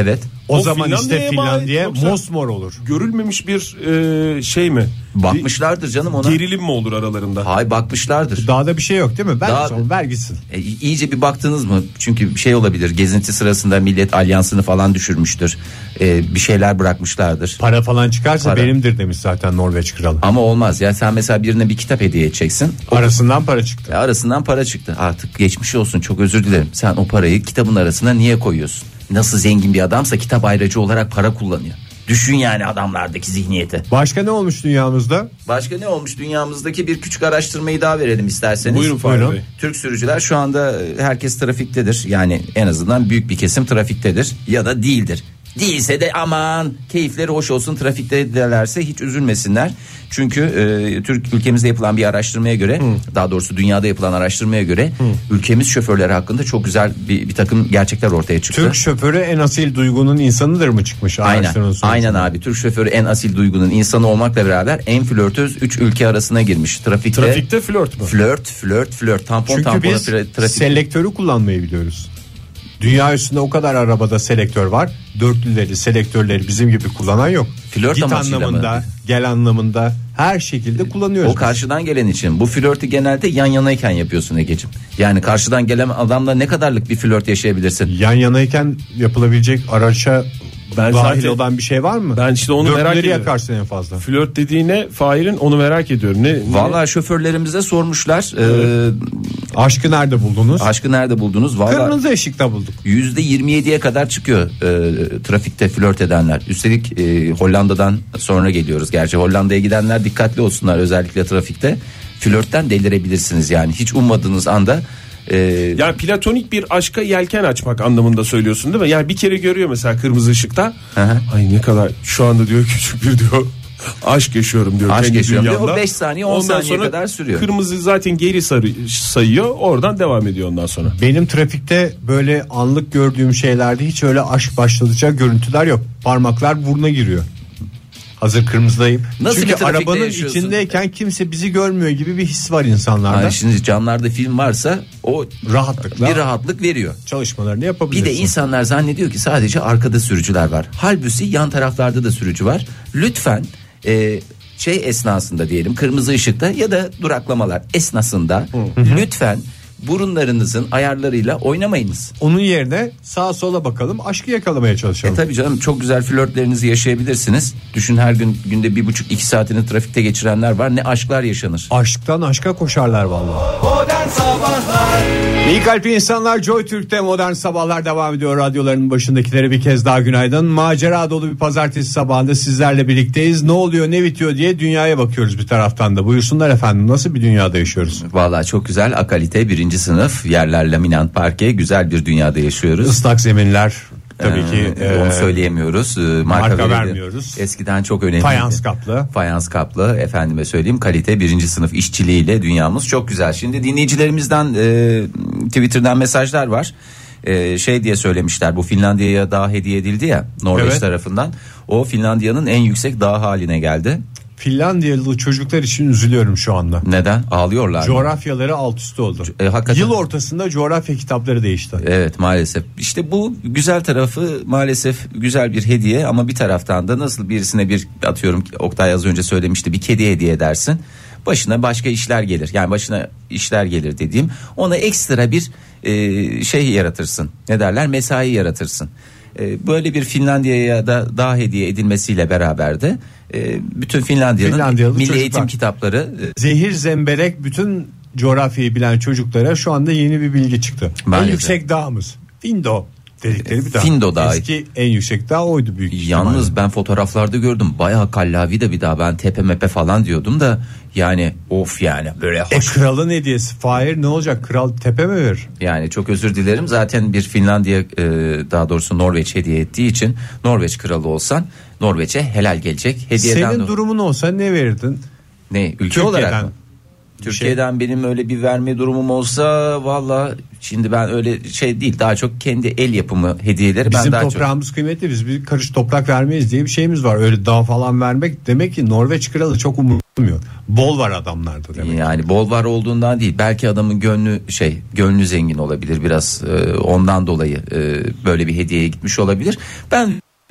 O, O zaman işte Finlandiya'ya mı ait Finlandiya yoksa- mosmor olur. Görülmemiş bir e, şey mi? Bakmışlardır canım ona. Bir gerilim mi olur aralarında? Hay bakmışlardır. Dağda bir şey yok değil mi? Ben Dağ- son vergisin. E, iyice bir baktınız mı? Çünkü bir şey olabilir. Gezinti sırasında millet alyansını falan düşürmüştür. E, bir şeyler bırakmışlardır. Para falan çıkarsa Para. benimdir demiş zaten Norveç kralı. Ama olmaz ya, sen mesela birine bir kitap hediye edeceksin. O Arasından para çıktı. E, arasından para çıktı. Artık geçmiş olsun, çok özür dilerim. Sen o parayı kitabın arasına niye koyuyorsun? Nasıl zengin bir adamsa kitap ayracı olarak para kullanıyor. Düşün yani adamlardaki zihniyeti. Başka ne olmuş dünyamızda? Başka ne olmuş dünyamızdaki bir küçük araştırmayı daha verelim isterseniz. Buyurun Fahri Buyurun. Bey. Türk sürücüler şu anda herkes trafiktedir. Yani en azından büyük bir kesim trafiktedir ya da değildir. Değilse de aman keyifleri hoş olsun, trafiktelerse hiç üzülmesinler. Çünkü e, Türk ülkemizde yapılan bir araştırmaya göre, hmm. daha doğrusu dünyada yapılan araştırmaya göre hmm. ülkemiz şoförleri hakkında çok güzel bir, bir takım gerçekler ortaya çıktı. Türk şoförü en asil duygunun insanıdır mı çıkmış? Aynen, aynen abi, Türk şoförü en asil duygunun insanı olmakla beraber en flörtöz üç ülke arasına girmiş. Trafikte, Trafikte flört mü? Flört, flört, flört, tampon Çünkü tampona biz tra- trafik. selektörü kullanmayı biliyoruz. Dünya üstünde o kadar arabada selektör var. Dörtlüleri, selektörleri bizim gibi kullanan yok. Flört Git amacıyla anlamında, mı? gel anlamında her şekilde kullanıyoruz. O karşıdan gelen için bu flörtü genelde yan yanayken yapıyorsun Egeciğim. Yani karşıdan gelen adamla ne kadarlık bir flört yaşayabilirsin? Yan yanayken yapılabilecek araça Ben dahil zaten- olan bir şey var mı? Ben işte onu merak Dörtlüleri ediyorum. yakarsın en fazla. Flört dediğine Fahir'in, onu merak ediyorum. Ne, ne- Vallahi şoförlerimize sormuşlar. Evet. Ee, Aşkı nerede buldunuz? aşkı nerede buldunuz? Vallahi Kırmızı ışıkta bulduk. yüzde yirmi yediye kadar çıkıyor e, trafikte flört edenler. Üstelik e, Hollanda'dan sonra geliyoruz. Gerçi Hollanda'ya gidenler dikkatli olsunlar, özellikle trafikte. Flörtten delirebilirsiniz yani. Hiç ummadığınız anda. E, Yani platonik bir aşka yelken açmak anlamında söylüyorsun değil mi? Yani bir kere görüyor mesela kırmızı ışıkta. Hı hı. Ay ne kadar şu anda diyor küçük bir diyor aşk yaşıyorum diyor. Aşk kendi yaşıyorum diyor. dünyamda. O beş saniye, on Ondan saniye sonra kadar sürüyor. Kırmızı zaten geri sarı, sayıyor, oradan devam ediyor ondan sonra. Benim trafikte böyle anlık gördüğüm şeylerde hiç öyle aşk başlatacak görüntüler yok. Parmaklar buruna giriyor. Hazır kırmızıdayım. Nasıl bir Çünkü trafikte arabanın yaşıyorsun? içindeyken kimse bizi görmüyor gibi bir his var insanlarda. hani şimdi camlarda film varsa o Rahatlıkla bir rahatlık veriyor. çalışmalarını Bir yapabilirsin. de insanlar zannediyor ki sadece arkada sürücüler var. Halbuki yan taraflarda da sürücü var. Lütfen e, şey esnasında diyelim, kırmızı ışıkta ya da duraklamalar esnasında lütfen burunlarınızın ayarlarıyla oynamayınız. Onun yerine sağa sola bakalım, aşkı yakalamaya E çalışalım. tabii canım, çok güzel flörtlerinizi yaşayabilirsiniz. Düşün, her gün günde bir buçuk iki saatini trafikte geçirenler var. Ne aşklar yaşanır. Aşktan aşka koşarlar vallahi. Modern Sabahlar İyi kalpli insanlar, Joy Türk'te modern sabahlar devam ediyor. Radyoların başındakilere bir kez daha günaydın. Macera dolu bir pazartesi sabahında sizlerle birlikteyiz. Ne oluyor ne bitiyor diye dünyaya bakıyoruz bir taraftan da. Buyursunlar efendim, nasıl bir dünyada yaşıyoruz? Vallahi çok güzel, akalite birinci sınıf yerler, laminant parke, güzel bir dünyada yaşıyoruz. Islak zeminler tabii ki. Ee, onu e, söyleyemiyoruz. Ee, Marka, marka verelim. vermiyoruz. Eskiden çok önemliydi. Fayans kaplı. Fayans kaplı, efendime söyleyeyim, kalite birinci sınıf işçiliğiyle dünyamız çok güzel. Şimdi dinleyicilerimizden e, Twitter'dan mesajlar var. E, şey diye söylemişler, bu Finlandiya'ya dağ hediye edildi ya Norveç Evet. tarafından. O Finlandiya'nın en yüksek dağı haline geldi. Finlandiyalı çocuklar için üzülüyorum şu anda. Neden? Ağlıyorlar mı? Coğrafyaları alt üst oldu. E, hakikaten. Yıl ortasında coğrafya kitapları değişti. Evet, maalesef. İşte bu güzel tarafı, maalesef güzel bir hediye, ama bir taraftan da nasıl birisine bir, atıyorum Oktay az önce söylemişti, bir kedi hediye edersin. Başına başka işler gelir. Yani başına işler gelir dediğim, ona ekstra bir e, şey yaratırsın. Ne derler? Mesai yaratırsın. E, böyle bir Finlandiya'ya da daha hediye edilmesiyle beraber de e, bütün Finlandiya'nın Finlandiyalı milli çocuklar. eğitim kitapları e, Zehir zemberek bütün coğrafyayı bilen çocuklara şu anda yeni bir bilgi çıktı. Maalesef. En yüksek dağımız Findo dedikleri bir dağ. Findo Dağı. Eski en yüksek dağ oydu büyük ihtimalle. Yalnız ben fotoğraflarda gördüm, bayağı kallavi de bir daha, ben tepe mepe falan diyordum da yani of, yani böyle E hoş. kralın hediyesi. Fahir ne olacak, kral tepe mi verir? Yani çok özür dilerim, zaten bir Finlandiya e, daha doğrusu Norveç hediye ettiği için, Norveç kralı olsan Norveç'e helal gelecek hediyeden. Senin de- durumun olsa ne verirdin? ne ülke Türkiye'den olarak mı? bir Türkiye'den benim öyle bir verme durumum olsa, valla şimdi ben öyle şey değil, daha çok kendi el yapımı hediyeleri ben Bizim daha çok. toprağımız kıymetli, biz bir karış toprak vermeyiz diye bir şeyimiz var. Öyle dağ falan vermek demek ki Norveç kralı çok umursamıyor. Bol var adamlarda demek. Yani bol var olduğundan değil, belki adamın gönlü şey gönlü zengin olabilir biraz, e, ondan dolayı e, böyle bir hediyeye gitmiş olabilir. Ben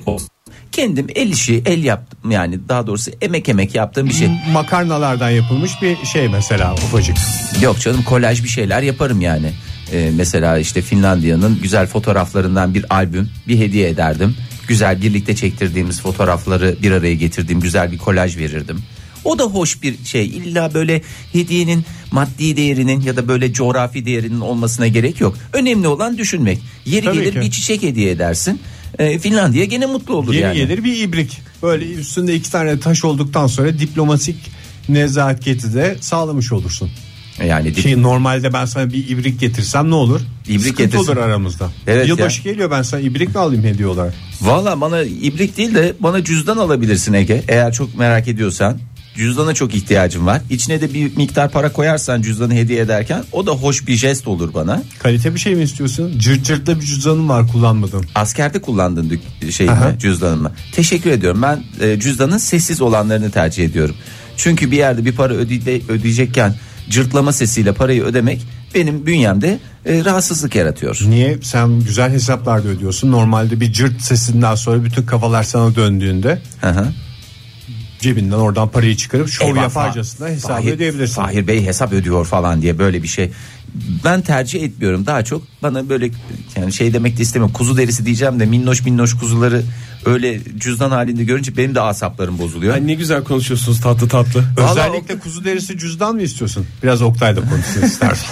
O. Kendim el işi el yaptım, yani daha doğrusu emek emek yaptığım bir şey. Makarnalardan yapılmış bir şey mesela, ufacık. Yok canım, kolaj bir şeyler yaparım yani. Ee, mesela işte Finlandiya'nın güzel fotoğraflarından bir albüm, bir hediye ederdim. Güzel birlikte çektirdiğimiz fotoğrafları bir araya getirdiğim güzel bir kolaj verirdim. O da hoş bir şey. İlla böyle hediyenin maddi değerinin ya da böyle coğrafi değerinin olmasına gerek yok. Önemli olan düşünmek. Yeri Tabii gelir ki. bir çiçek hediye edersin. Ee, Finlandiya gene mutlu olur Yeni yani. gelir bir ibrik. Böyle üstünde iki tane taş olduktan sonra diplomatik nezaketi de sağlamış olursun. Yani dip- Şey, normalde ben sana bir ibrik getirsem ne olur? İbrik Sıkıntı getirsin. olur aramızda. Evet Yılbaşı ya. geliyor, ben sana ibrik mi alayım hediye olarak? Valla bana ibrik değil de bana cüzdan alabilirsin Ege. Eğer çok merak ediyorsan. Cüzdana çok ihtiyacım var. İçine de bir miktar para koyarsan cüzdanı hediye ederken, o da hoş bir jest olur bana. Kalite bir şey mi istiyorsun? Cırt cırtlı bir cüzdanım var, kullanmadım. Askerde kullandığın dük- şey mi, Aha. cüzdanımı. Teşekkür ediyorum. Ben e, cüzdanın sessiz olanlarını tercih ediyorum. Çünkü bir yerde bir para öde- ödeyecekken cırtlama sesiyle parayı ödemek benim bünyemde e, rahatsızlık yaratıyor. Niye? Sen güzel hesaplarda ödüyorsun. Normalde bir cırt sesinden sonra bütün kafalar sana döndüğünde Hı hı. cebinden oradan parayı çıkarıp şov Eyvah, yaparcasına hesabı Fahir, ödeyebilirsin. Fahir Bey hesap ödüyor falan diye böyle bir şey. Ben tercih etmiyorum, daha çok bana böyle, yani şey demek de istemiyorum, kuzu derisi diyeceğim de minnoş minnoş kuzuları öyle cüzdan halinde görünce benim de asaplarım bozuluyor. Ay ne güzel konuşuyorsunuz, tatlı tatlı. Özellikle kuzu derisi cüzdan mı istiyorsun? Biraz Oktay da konuşsun istersen.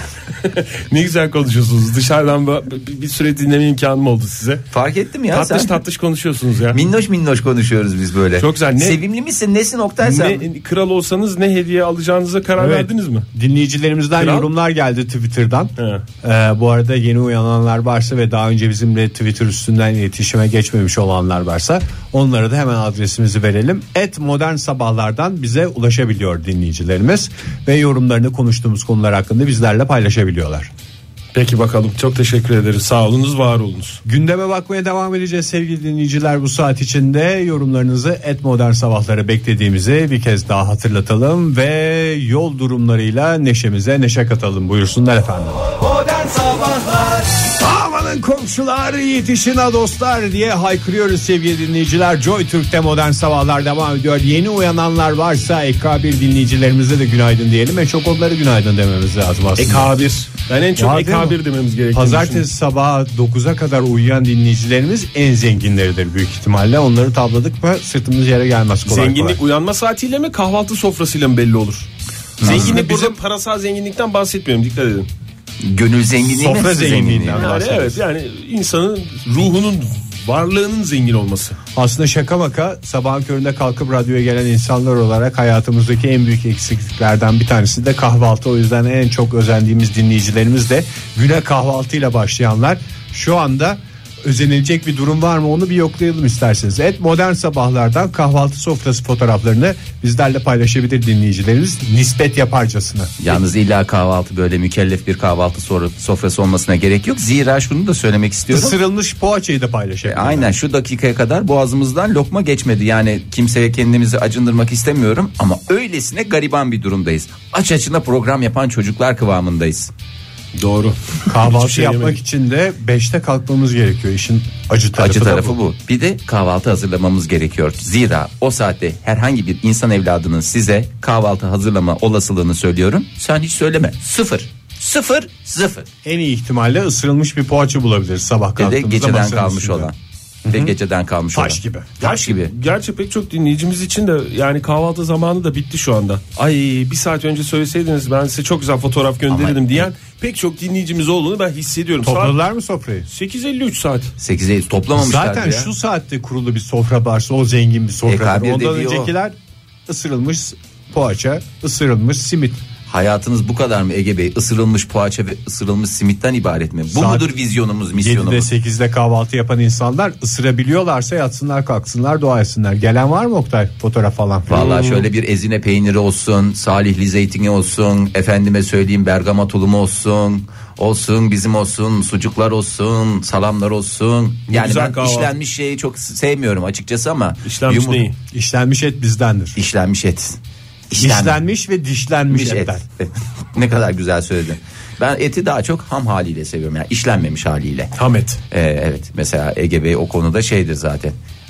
Ne güzel konuşuyorsunuz. Dışarıdan bir, bir süre dinleme imkanım oldu size. Fark ettim ya, Tatlış sen tatlış konuşuyorsunuz ya. minnoş minnoş konuşuyoruz biz böyle. Çok güzel. Ne- Sevimli misin, nesin Oktay sen? Ne, kral olsanız ne hediye alacağınıza karar Evet. verdiniz mi? Dinleyicilerimizden Kral. yorumlar geldi Twitter'dan. He. Ee, bu arada yeni uyananlar varsa ve daha önce bizimle Twitter üstünden iletişime geçmemiş olanlar varsa onlara da hemen adresimizi verelim. Et Modern Sabahlardan bize ulaşabiliyor dinleyicilerimiz ve yorumlarını konuştuğumuz konular hakkında bizlerle paylaşabiliyorlar. Peki bakalım, çok teşekkür ederiz. Sağ olunuz, var olunuz. Gündeme bakmaya devam edeceğiz sevgili dinleyiciler. Bu saat içinde yorumlarınızı Et Modern Sabahlara beklediğimizi bir kez daha hatırlatalım ve yol durumlarıyla neşemize neşe katalım. Buyursunlar efendim. Modern Sabahlar. Amanın komşular, yetişin ha dostlar diye haykırıyoruz sevgili dinleyiciler. Joy Türk'te Modern Sabahlar devam ediyor. Yeni uyananlar varsa E K bir dinleyicilerimize de günaydın diyelim. En çok onlara günaydın dememiz lazım aslında. E K bir. Ben en çok Var E değil K mi? bir dememiz gerekiyor. Pazartesi sabahı dokuza kadar uyuyan dinleyicilerimiz en zenginleridir büyük ihtimalle. Onları tavladık mı sırtımız yere gelmez kolay Zenginlik kolay. uyanma saatiyle mi, kahvaltı sofrasıyla mı belli olur? Zenginlik, burada parasal zenginlikten bahsetmiyorum, dikkat edin. Gönül zenginliği mi? Sofra hırs zenginliğinden Yani bahsediyoruz. evet, yani insanın ruhunun, varlığının zengin olması. Aslında şaka maka sabahın köründe kalkıp radyoya gelen insanlar olarak hayatımızdaki en büyük eksikliklerden bir tanesi de kahvaltı. O yüzden en çok özendiğimiz dinleyicilerimiz de güne kahvaltıyla başlayanlar. Şu anda özenilecek bir durum var mı, onu bir yoklayalım isterseniz. Et Modern Sabahlardan kahvaltı sofrası fotoğraflarını bizlerle paylaşabilir dinleyicilerimiz, nispet yaparcasına. Yalnız illa kahvaltı böyle mükellef bir kahvaltı sor- sofrası olmasına gerek yok. Zira şunu da söylemek istiyorum. Isırılmış poğaçayı da paylaşabilir. Aynen, şu dakikaya kadar boğazımızdan lokma geçmedi. Yani kimseye kendimizi acındırmak istemiyorum ama öylesine gariban bir durumdayız. Aç açına program yapan çocuklar kıvamındayız. Doğru. Kahvaltı Hiçbir şey yapmak yemedik. için de beşte kalkmamız gerekiyor. İşin acı tarafı, Acı da tarafı bu. bu. Bir de kahvaltı hazırlamamız gerekiyor. Zira o saatte herhangi bir insan evladının size kahvaltı hazırlama olasılığını söylüyorum. Sen hiç söyleme. Sıfır. Sıfır. Sıfır. En iyi ihtimalle ısırılmış bir poğaça bulabiliriz sabah Ve de kalktığımızda. geceden masanın kalmış üstünde. olan. Ve geceden kalmış Taş olan. gibi. Taş gibi. Gerçi pek çok dinleyicimiz için de yani kahvaltı zamanı da bitti şu anda. Ay bir saat önce söyleseydiniz ben size çok güzel fotoğraf gönderirdim Ama- diyen pek çok dinleyicimiz olduğunu ben hissediyorum. Topladılar mı sofrayı? Saat sekiz elli üç saat. sekize toplamamışlar Zaten ya. şu saatte kurulu bir sofra varsa o zengin bir E K sofra. bir Ondan dediği o. öncekiler ısırılmış poğaça, ısırılmış simit. Hayatınız bu kadar mı Ege Bey? Isırılmış poğaça ve ısırılmış simitten ibaret mi? Bu Saat mudur vizyonumuz, yedide misyonumuz? sekizde kahvaltı yapan insanlar ısırabiliyorlarsa yatsınlar kalksınlar dua etsinler. Gelen var mı Oktay fotoğraf falan? Vallahi şöyle bir ezine peyniri olsun, salihli zeytini olsun, efendime söyleyeyim bergama tulumu olsun, olsun bizim olsun, sucuklar olsun, salamlar olsun. Yani güzel ben kahvaltı. işlenmiş şeyi çok sevmiyorum açıkçası ama İşlenmiş yumur- neyi? İşlenmiş et bizdendir. İşlenmiş et. İşlenmiş İşlenmiş ve dişlenmiş et. etler. Ne kadar güzel söyledin. Ben eti daha çok ham haliyle seviyorum, yani işlenmemiş haliyle. Hamet. Ee, evet, mesela Ege Bey o konuda şeydir zaten.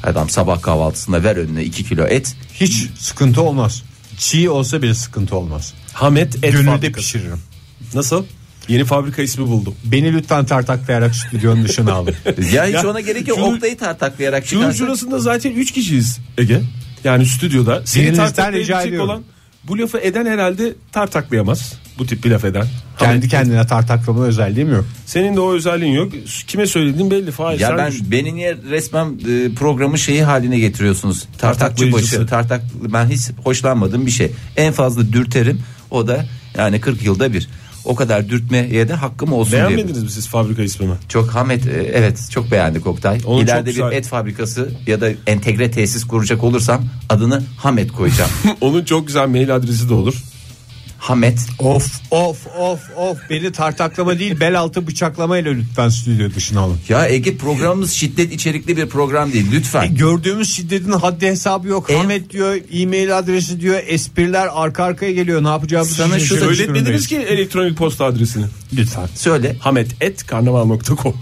Adam sabah kahvaltısında ver önüne iki kilo et. Hiç sıkıntı olmaz. Çiğ olsa bile sıkıntı olmaz. Hamet Et Gönülde Fabrikası. pişiririm. Nasıl? Yeni fabrika ismi buldum. Beni lütfen tartaklayarak stüdyonun dışına alın. Ya hiç Ya, ona gerek yok. şunu- Oktay'ı tartaklayarak Şunun çıkarsak. şurasında zaten üç kişiyiz Ege. Yani stüdyoda. Seni Birinizden rica tartaklayabilecek ediyorum. olan bu lafı eden herhalde tartaklayamaz. Bu tip bir laf eden. Kendi Hamet- kendine tartaklama özelliğim yok. Senin de o özelliğin yok. Kime söylediğin belli. Fahir, Ya sen ben düşün. beni niye resmen e, programı şeyi haline getiriyorsunuz? Tartakçı Tartaklayıcısı. başı, tartak ben hiç hoşlanmadığım bir şey. En fazla dürterim. O da yani kırk yılda bir. O kadar dürtmeye de hakkım olsun diye. Beğenmediniz mi siz fabrika ismini? Çok Hamet e, evet çok beğendik Oktay. Onu çok İleride güzel. bir et fabrikası ya da entegre tesis kuracak olursam adını Hamet koyacağım. Onun çok güzel mail adresi de olur. Hamet. Of of of of beni tartaklama değil bel altı bıçaklamayla lütfen stüdyo dışına alın. Ya Ege programımız şiddet içerikli bir program değil E, lütfen. gördüğümüz şiddetin haddi hesabı yok. En- Ahmet diyor, e-mail adresi diyor, espriler arka arkaya geliyor. Ne yapacağımızı Sana şu şaşırmış Söyletmediniz durumdayız. ki elektronik posta adresini. Lütfen. Söyle. Hamet et karnaval nokta com.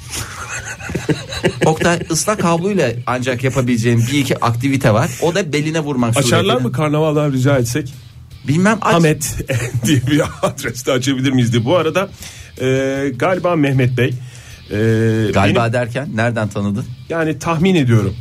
Oktay ıslak havluyla ancak yapabileceğim bir iki aktivite var. O da beline vurmak Açarlar suretiyle. mı karnavaldan rica etsek? Bilmem aç. Hamet diye bir adreste açabilir miyiz diye. Bu arada e, galiba Mehmet Bey. e, Galiba benim- derken nereden tanıdın? yani tahmin ediyorum.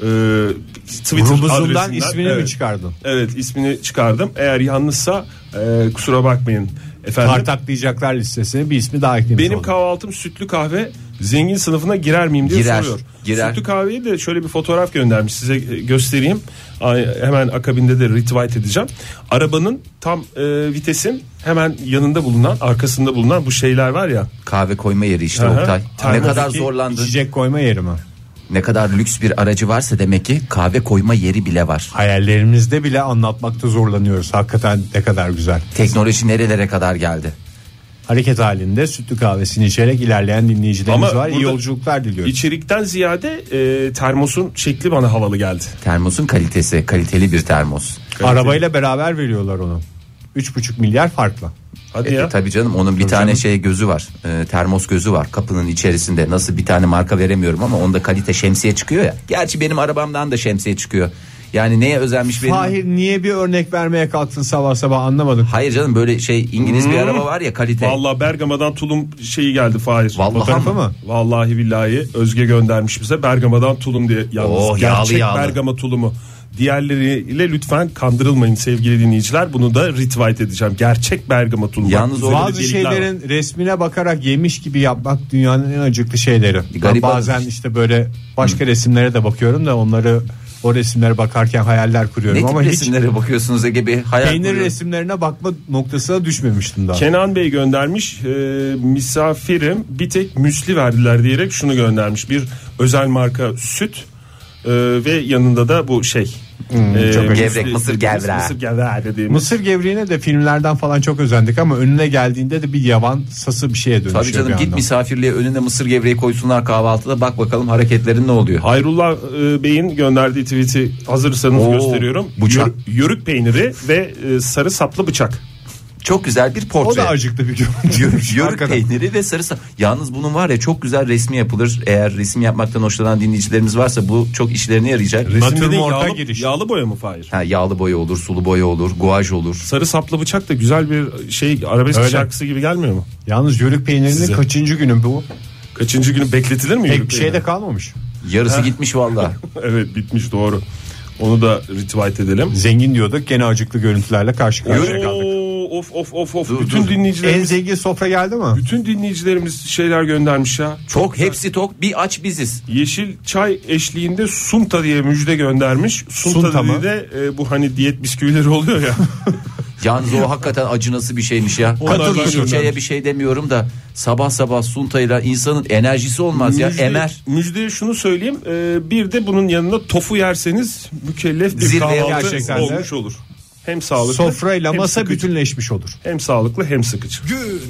E, Twitter Grubuzundan adresinden, ismini evet, mi çıkardın? Evet ismini çıkardım. Eğer yanlışsa e, kusura bakmayın efendim. Tartaklayacaklar listesine bir ismi daha eklemiş Benim oldum. kahvaltım sütlü kahve zengin sınıfına girer miyim diye Girer, soruyor. girer. Sütlü kahveyi de şöyle bir fotoğraf göndermiş size göstereyim. Ay, hemen akabinde de retweet edeceğim. Arabanın tam e, vitesin hemen yanında bulunan arkasında bulunan bu şeyler var ya. Kahve koyma yeri işte Aha. Oktay. Ne Termos kadar iki, zorlandın. İçecek koyma yeri mi? Ne kadar lüks bir aracı varsa demek ki kahve koyma yeri bile var. Hayallerimizde bile anlatmakta zorlanıyoruz. Hakikaten ne kadar güzel. Teknoloji nerelere kadar geldi? Hareket halinde sütlü kahvesini içerek ilerleyen dinleyicilerimiz Ama var. İyi burada yolculuklar diliyorum. İçerikten ziyade e, termosun şekli bana havalı geldi. Termosun kalitesi, kaliteli bir termos. Arabayla beraber veriyorlar onu. üç buçuk milyar farkla. Hadi E, ya. tabii canım onun bir tane şey gözü var. E, termos gözü var kapının içerisinde. Nasıl bir tane marka veremiyorum ama onda kalite şemsiye çıkıyor ya. Gerçi benim arabamdan da şemsiye çıkıyor. Yani neye özenmiş benim? Fahir niye bir örnek vermeye kalktın sabah sabah anlamadım. Hayır canım böyle şey İngiliz bir araba var ya kalite. Vallahi Bergama'dan tulum şeyi geldi Fahir. Vallahi Fotoğrafı mı? mı? Vallahi billahi Özge göndermiş bize Bergama'dan tulum diye. Yalnız Oo, yağlı gerçek yağlı. Bergama tulumu. Diğerleriyle lütfen kandırılmayın sevgili dinleyiciler. Bunu da retweet edeceğim. Gerçek Bergama tulumu. Yalnız o Üzerinde Bazı delikler var. şeylerin resmine bakarak yemiş gibi yapmak dünyanın en acıklı şeyleri. Ben Gariban. bazen işte böyle başka resimlere de bakıyorum da onları o resimlere bakarken hayaller kuruyorum Ne ama tip hiç resimlere bakıyorsunuz Ege Bey? Hayal peynir kuruyorum. resimlerine bakma noktasına düşmemiştim daha. Kenan Bey göndermiş e, misafirim bir tek müsli verdiler diyerek şunu göndermiş. Bir özel marka süt e, ve yanında da bu şey. e, çok müsli gevrek, mısır dediğimiz, gevreği. Mısır gevreği dediğimiz. Mısır gevreğine de filmlerden falan çok özendik ama önüne geldiğinde de bir yavan sası bir şeye dönüşüyor. Tabii canım bir git anda. misafirliğe önüne mısır gevreği koysunlar kahvaltıda bak bakalım hareketlerin ne oluyor. Hayrullah e, Bey'in gönderdiği tweet'i hazırsanız Oo, gösteriyorum. bıçak. Yör- yörük peyniri ve e, sarı saplı bıçak. Çok güzel bir portre. O da acıklı bir görüntü. Yörük, yörük Hakikaten. peyniri ve sarı sa- Yalnız bunun var ya çok güzel resmi yapılır. Eğer resim yapmaktan hoşlanan dinleyicilerimiz varsa bu çok işlerine yarayacak. Natürmort'a yağlı, giriş. yağlı boya mı Fahir? Ha, yağlı boya olur, sulu boya olur, guaj olur. Sarı saplı bıçak da güzel bir şey arabesk Öyle. şarkısı gibi gelmiyor mu? Yalnız yörük peynirinin Size. kaçıncı günü bu? Kaçıncı günü bekletilir mi? Pek yörük bir şey peyniri? de kalmamış. Yarısı gitmiş valla. Evet bitmiş doğru. Onu da retweet edelim. Zengin diyorduk gene acıklı görüntülerle karşı karşıya kaldık. Oo, of of of of. Dur, bütün dur. En dinleyicilerimiz zengin sofra geldi mi? bütün dinleyicilerimiz şeyler göndermiş ya. Çok hepsi tok bir aç biziz. Yeşil çay eşliğinde Sunta diye müjde göndermiş. Sunta, Sunta mı? dediği de e, bu hani diyet bisküvileri oluyor ya. Yalnız o hakikaten acınası bir şeymiş ya. Onlardan Katıl yeşil göndermiş. çaya bir şey demiyorum da sabah sabah suntayla insanın enerjisi olmaz ya Müjde- emer. Müjdeye şunu söyleyeyim. e, bir de bunun yanına tofu yerseniz mükellef bir Zirveye kahvaltı gerçekten de. olmuş olur. Hem sağlıklı Sofrayla hem masa sıkıcı. bütünleşmiş olur. Hem sağlıklı hem sıkıcı.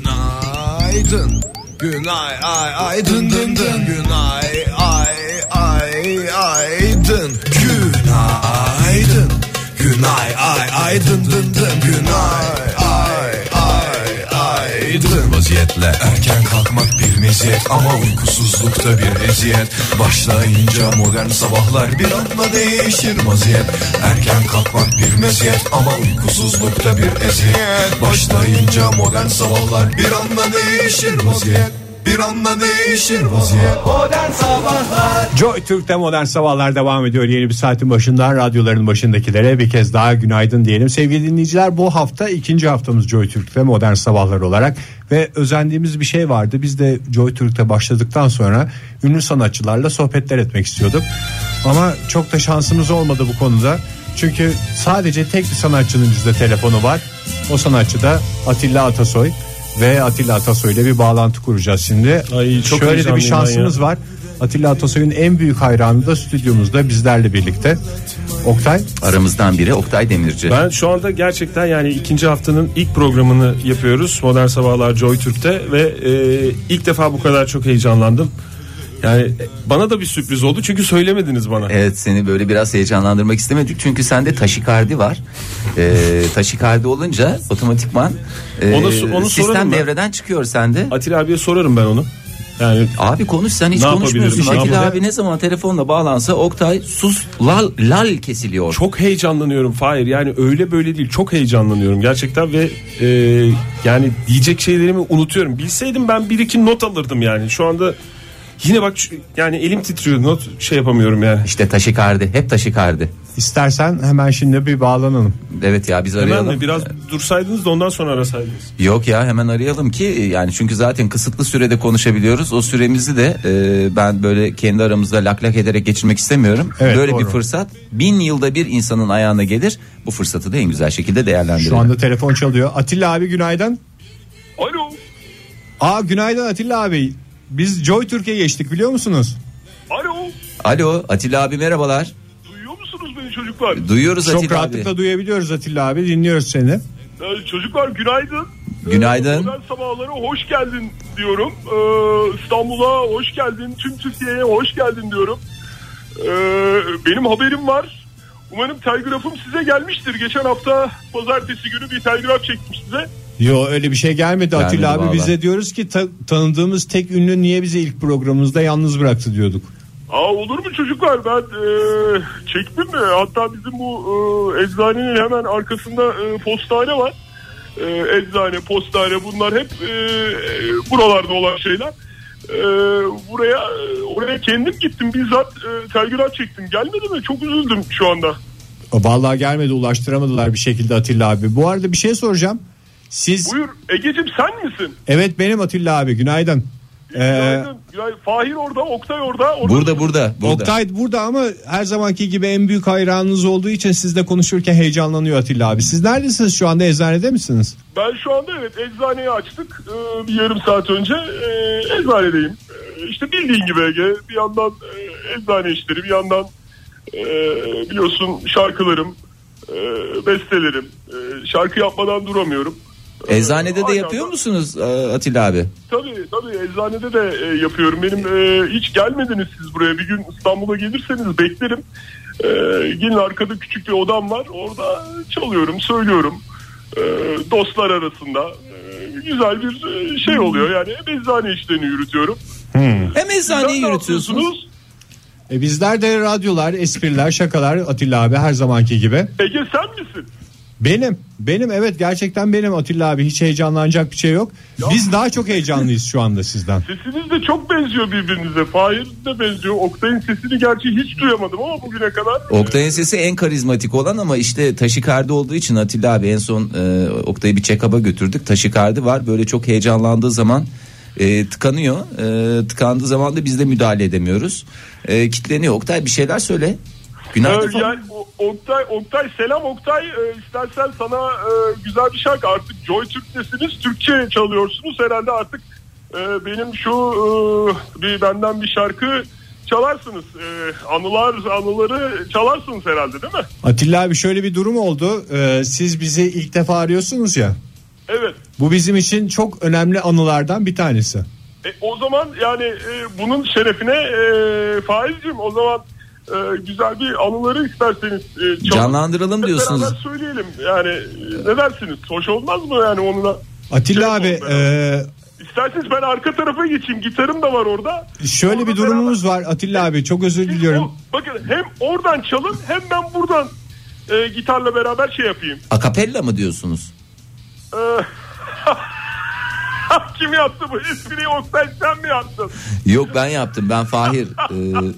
Günaydın. Günay ay ay dın dın dın. Günay ay ay ay dın. Günaydın. Günay ay ay dın dın dın. Günay ay ay ay günaydın vaziyetle. Erken kalkmak bir meziyet ama uykusuzlukta bir eziyet. Başlayınca modern sabahlar bir anda değişir vaziyet. Erken kalkmak bir meziyet ama uykusuzlukta bir eziyet. Başlayınca modern sabahlar bir anda değişir vaziyet. Bir anda değişir vaziyet. Modern Sabahlar. Joy Türk'te Modern Sabahlar devam ediyor. Yeni bir saatin başından radyoların başındakilere bir kez daha günaydın diyelim. Sevgili dinleyiciler, bu hafta ikinci haftamız Joy Türk'te Modern Sabahlar olarak ve özendiğimiz bir şey vardı. Biz de Joy Türk'te başladıktan sonra ünlü sanatçılarla sohbetler etmek istiyorduk. Ama çok da şansımız olmadı bu konuda. Çünkü sadece tek bir sanatçının bizde telefonu var. O sanatçı da Atilla Atasoy. Ve Atilla Atasoy ile bir bağlantı kuracağız şimdi. Ay, çok şöyle de bir şansımız var. Atilla Atasoy'un en büyük hayranı da stüdyomuzda bizlerle birlikte. Oktay. Aramızdan biri Oktay Demirci. Ben şu anda gerçekten yani ikinci haftanın ilk programını yapıyoruz Modern Sabahlar Joy Türk'te ve e, ilk defa bu kadar çok heyecanlandım. Yani bana da bir sürpriz oldu çünkü söylemediniz bana. Evet, seni böyle biraz heyecanlandırmak istemedik çünkü sende taşikardi var. Ee, taşikardi olunca otomatikman e, onu, onu sistem devreden çıkıyor sende. Atilla abiye sorarım ben onu. Yani abi konuş, sen hiç konuşmuyorsun. Atilla abi ne zaman telefonla bağlansa Oktay sus lal lal kesiliyor. Çok heyecanlanıyorum Fahir, yani öyle böyle değil, çok heyecanlanıyorum gerçekten ve e, yani diyecek şeylerimi unutuyorum. Bilseydim ben bir iki not alırdım yani şu anda. Yine bak yani elim titriyor, not şey yapamıyorum yani. İşte taşikardi, hep taşikardi. İstersen hemen şimdi bir bağlanalım. Evet ya, biz hemen arayalım. Hemen mi? Biraz dursaydınız da ondan sonra arasaydınız. Yok ya, hemen arayalım ki yani çünkü zaten kısıtlı sürede konuşabiliyoruz. O süremizi de e, ben böyle kendi aramızda lak lak ederek geçirmek istemiyorum. Evet, böyle doğru. bir fırsat bin yılda bir insanın ayağına gelir. Bu fırsatı da en güzel şekilde değerlendirelim. Şu anda telefon çalıyor. Atilla abi günaydın. Alo. Aa günaydın Atilla abi. Biz Joy Türkiye'ye geçtik, biliyor musunuz? Alo. Alo Atilla abi, merhabalar. Duyuyor musunuz beni çocuklar? Duyuyoruz Çok Atilla rahatlıkla abi. duyabiliyoruz Atilla abi, dinliyoruz seni. Ee, çocuklar günaydın. Günaydın. Modern sabahlara hoş geldin diyorum. Ee, İstanbul'a hoş geldin. Tüm Türkiye'ye hoş geldin diyorum. Ee, benim haberim var. Umarım telgrafım size gelmiştir. Geçen hafta pazartesi günü bir telgraf çektim size. Yo, öyle bir şey gelmedi, Gelmedi Atilla abi. vallahi. Bize diyoruz ki ta- tanıdığımız tek ünlü niye bizi ilk programımızda yalnız bıraktı diyorduk. Aa, olur mu çocuklar, ben e, çektim mi? Hatta bizim bu e, eczanenin hemen arkasında e, postane var. E, eczane, postane, bunlar hep e, buralarda olan şeyler. E, buraya oraya kendim gittim bizzat, e, telgraf çektim. Gelmedi mi? Çok üzüldüm şu anda. Vallahi gelmedi, ulaştıramadılar bir şekilde Atilla abi. Bu arada bir şey soracağım. Siz... Buyur Egeciğim, sen misin? Evet, benim Atilla abi, günaydın. Ee, Günaydın. Günaydın. Fahir orada, Oktay orada. orada Burada burada. burada. Oktay burada ama her zamanki gibi en büyük hayranınız olduğu için sizle konuşurken heyecanlanıyor Atilla abi. Siz neredesiniz şu anda, eczanede misiniz? Ben şu anda evet eczaneyi açtık ee, bir yarım saat önce, ee, eczanedeyim. Ee, işte bildiğin gibi Ege, bir yandan e, eczane işleri, bir yandan e, biliyorsun şarkılarım, e, bestelerim, e, şarkı yapmadan duramıyorum. Eczanede de Aynı yapıyor anda- musunuz Atilla abi? Tabii tabii eczanede de e, yapıyorum. Benim e, hiç gelmediniz siz buraya. Bir gün İstanbul'a gelirseniz beklerim. E, gelin, arkada küçük bir odam var. Orada çalıyorum, söylüyorum. E, dostlar arasında. E, güzel bir e, şey oluyor. Yani hem eczane işlerini yürütüyorum. Hem eczaneyi Sizler ne yürütüyorsunuz. yapıyorsunuz? E bizler de radyolar, espriler, şakalar Atilla abi, her zamanki gibi. Ege sen misin? Benim, benim evet, gerçekten benim Atilla abi, hiç heyecanlanacak bir şey yok. Biz daha çok heyecanlıyız şu anda sizden. Sesiniz de çok benziyor birbirinize. Fahir de benziyor. Oktay'ın sesini gerçi hiç duyamadım ama bugüne kadar. Oktay'ın sesi en karizmatik olan ama işte taşikardi olduğu için Atilla abi en son e, Oktay'ı bir check-up'a götürdük. Taşikardi var, böyle çok heyecanlandığı zaman e, tıkanıyor. E, tıkandığı zaman da biz de müdahale edemiyoruz. E, kitleniyor. Oktay bir şeyler söyle. Günaydın Ee, falan. yani, o- Oktay, Oktay selam Oktay. Ee, istersen sana e, güzel bir şarkı, artık Joy Türk'tesiniz, Türkçe çalıyorsunuz herhalde artık. e, benim şu e, bir benden bir şarkı çalarsınız. E, anılar anıları çalarsınız herhalde, değil mi? Atilla abi, şöyle bir durum oldu. Ee, siz bizi ilk defa arıyorsunuz ya. Evet. Bu bizim için çok önemli anılardan bir tanesi. E, o zaman yani e, bunun şerefine e, Faizciğim, o zaman e, güzel bir anıları isterseniz e, çalın. Canlandıralım Hep diyorsunuz. beraber söyleyelim. Yani e, ne dersiniz? Hoş olmaz mı yani onu da? Atilla Şey abi yapalım e, İsterseniz ben arka tarafa geçeyim. Gitarım da var orada. şöyle Orada bir durumumuz beraber- var Atilla abi, çok özür Siz diliyorum. o- bakın hem oradan çalın hem ben buradan e, gitarla beraber şey yapayım. Akapella mı diyorsunuz? E, kim yaptı bu espriyi? Oktay sen mi yaptın? Yok ben yaptım. Ben Fahir. Ee...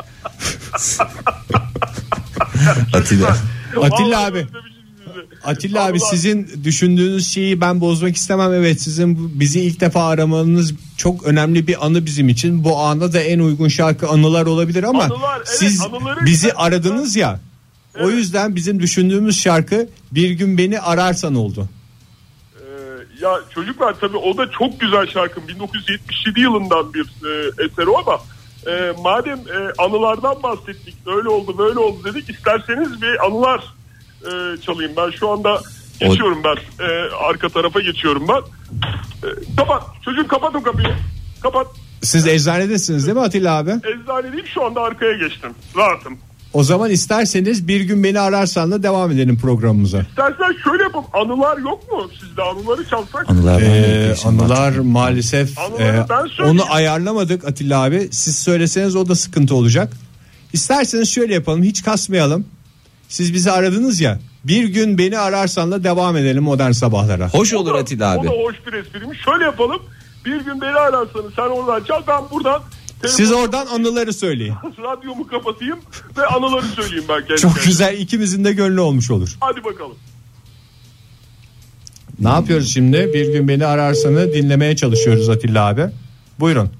Atilla. Atilla Vallahi abi. özlemişim sizi. Atilla abi, Allah. sizin düşündüğünüz şeyi ben bozmak istemem. Evet, sizin bu- bizi ilk defa aramanız çok önemli bir anı bizim için. Bu anda da en uygun şarkı Anılar olabilir ama Anılar, evet, siz anıları- bizi aradınız ya. O yüzden bizim düşündüğümüz şarkı Bir Gün Beni Ararsan oldu. Ee, ya çocuklar tabii o da çok güzel şarkı. bin dokuz yüz yetmiş yedi yılından bir e, eser o ama e, madem e, anılardan bahsettik, öyle oldu böyle oldu dedik, isterseniz bir anılar e, çalayım. Ben şu anda geçiyorum ben. E, arka tarafa geçiyorum ben. E, kapat. Çocuğum kapatın kapıyı. Kapat. Siz eczanedesiniz değil mi Atilla abi? Eczanedeyim, şu anda arkaya geçtim. Rahatım. O zaman isterseniz Bir Gün Beni Ararsan da devam edelim programımıza. İstersen şöyle yapalım. Anılar yok mu? Sizde anıları çalsak. Anılar, Ee, anılar maalesef Anıları e, ben söyleyeyim. onu ayarlamadık Atilla abi. Siz söyleseniz o da sıkıntı olacak. İsterseniz şöyle yapalım, hiç kasmayalım. Siz bizi aradınız ya. Bir Gün Beni Ararsan'la devam edelim modern sabahlara. Hoş olur Atilla O abi. da hoş bir espriymiş. Şöyle yapalım. Bir gün beni ararsanız sen oradan çal, ben buradan Siz oradan anıları söyleyin. radyomu kapatayım ve anıları söyleyeyim ben kendi Çok kendime. güzel, ikimizin de gönlü olmuş olur. Hadi bakalım. Ne yapıyoruz şimdi? Bir Gün Beni Ararsan'ı dinlemeye çalışıyoruz Atilla abi. Buyurun.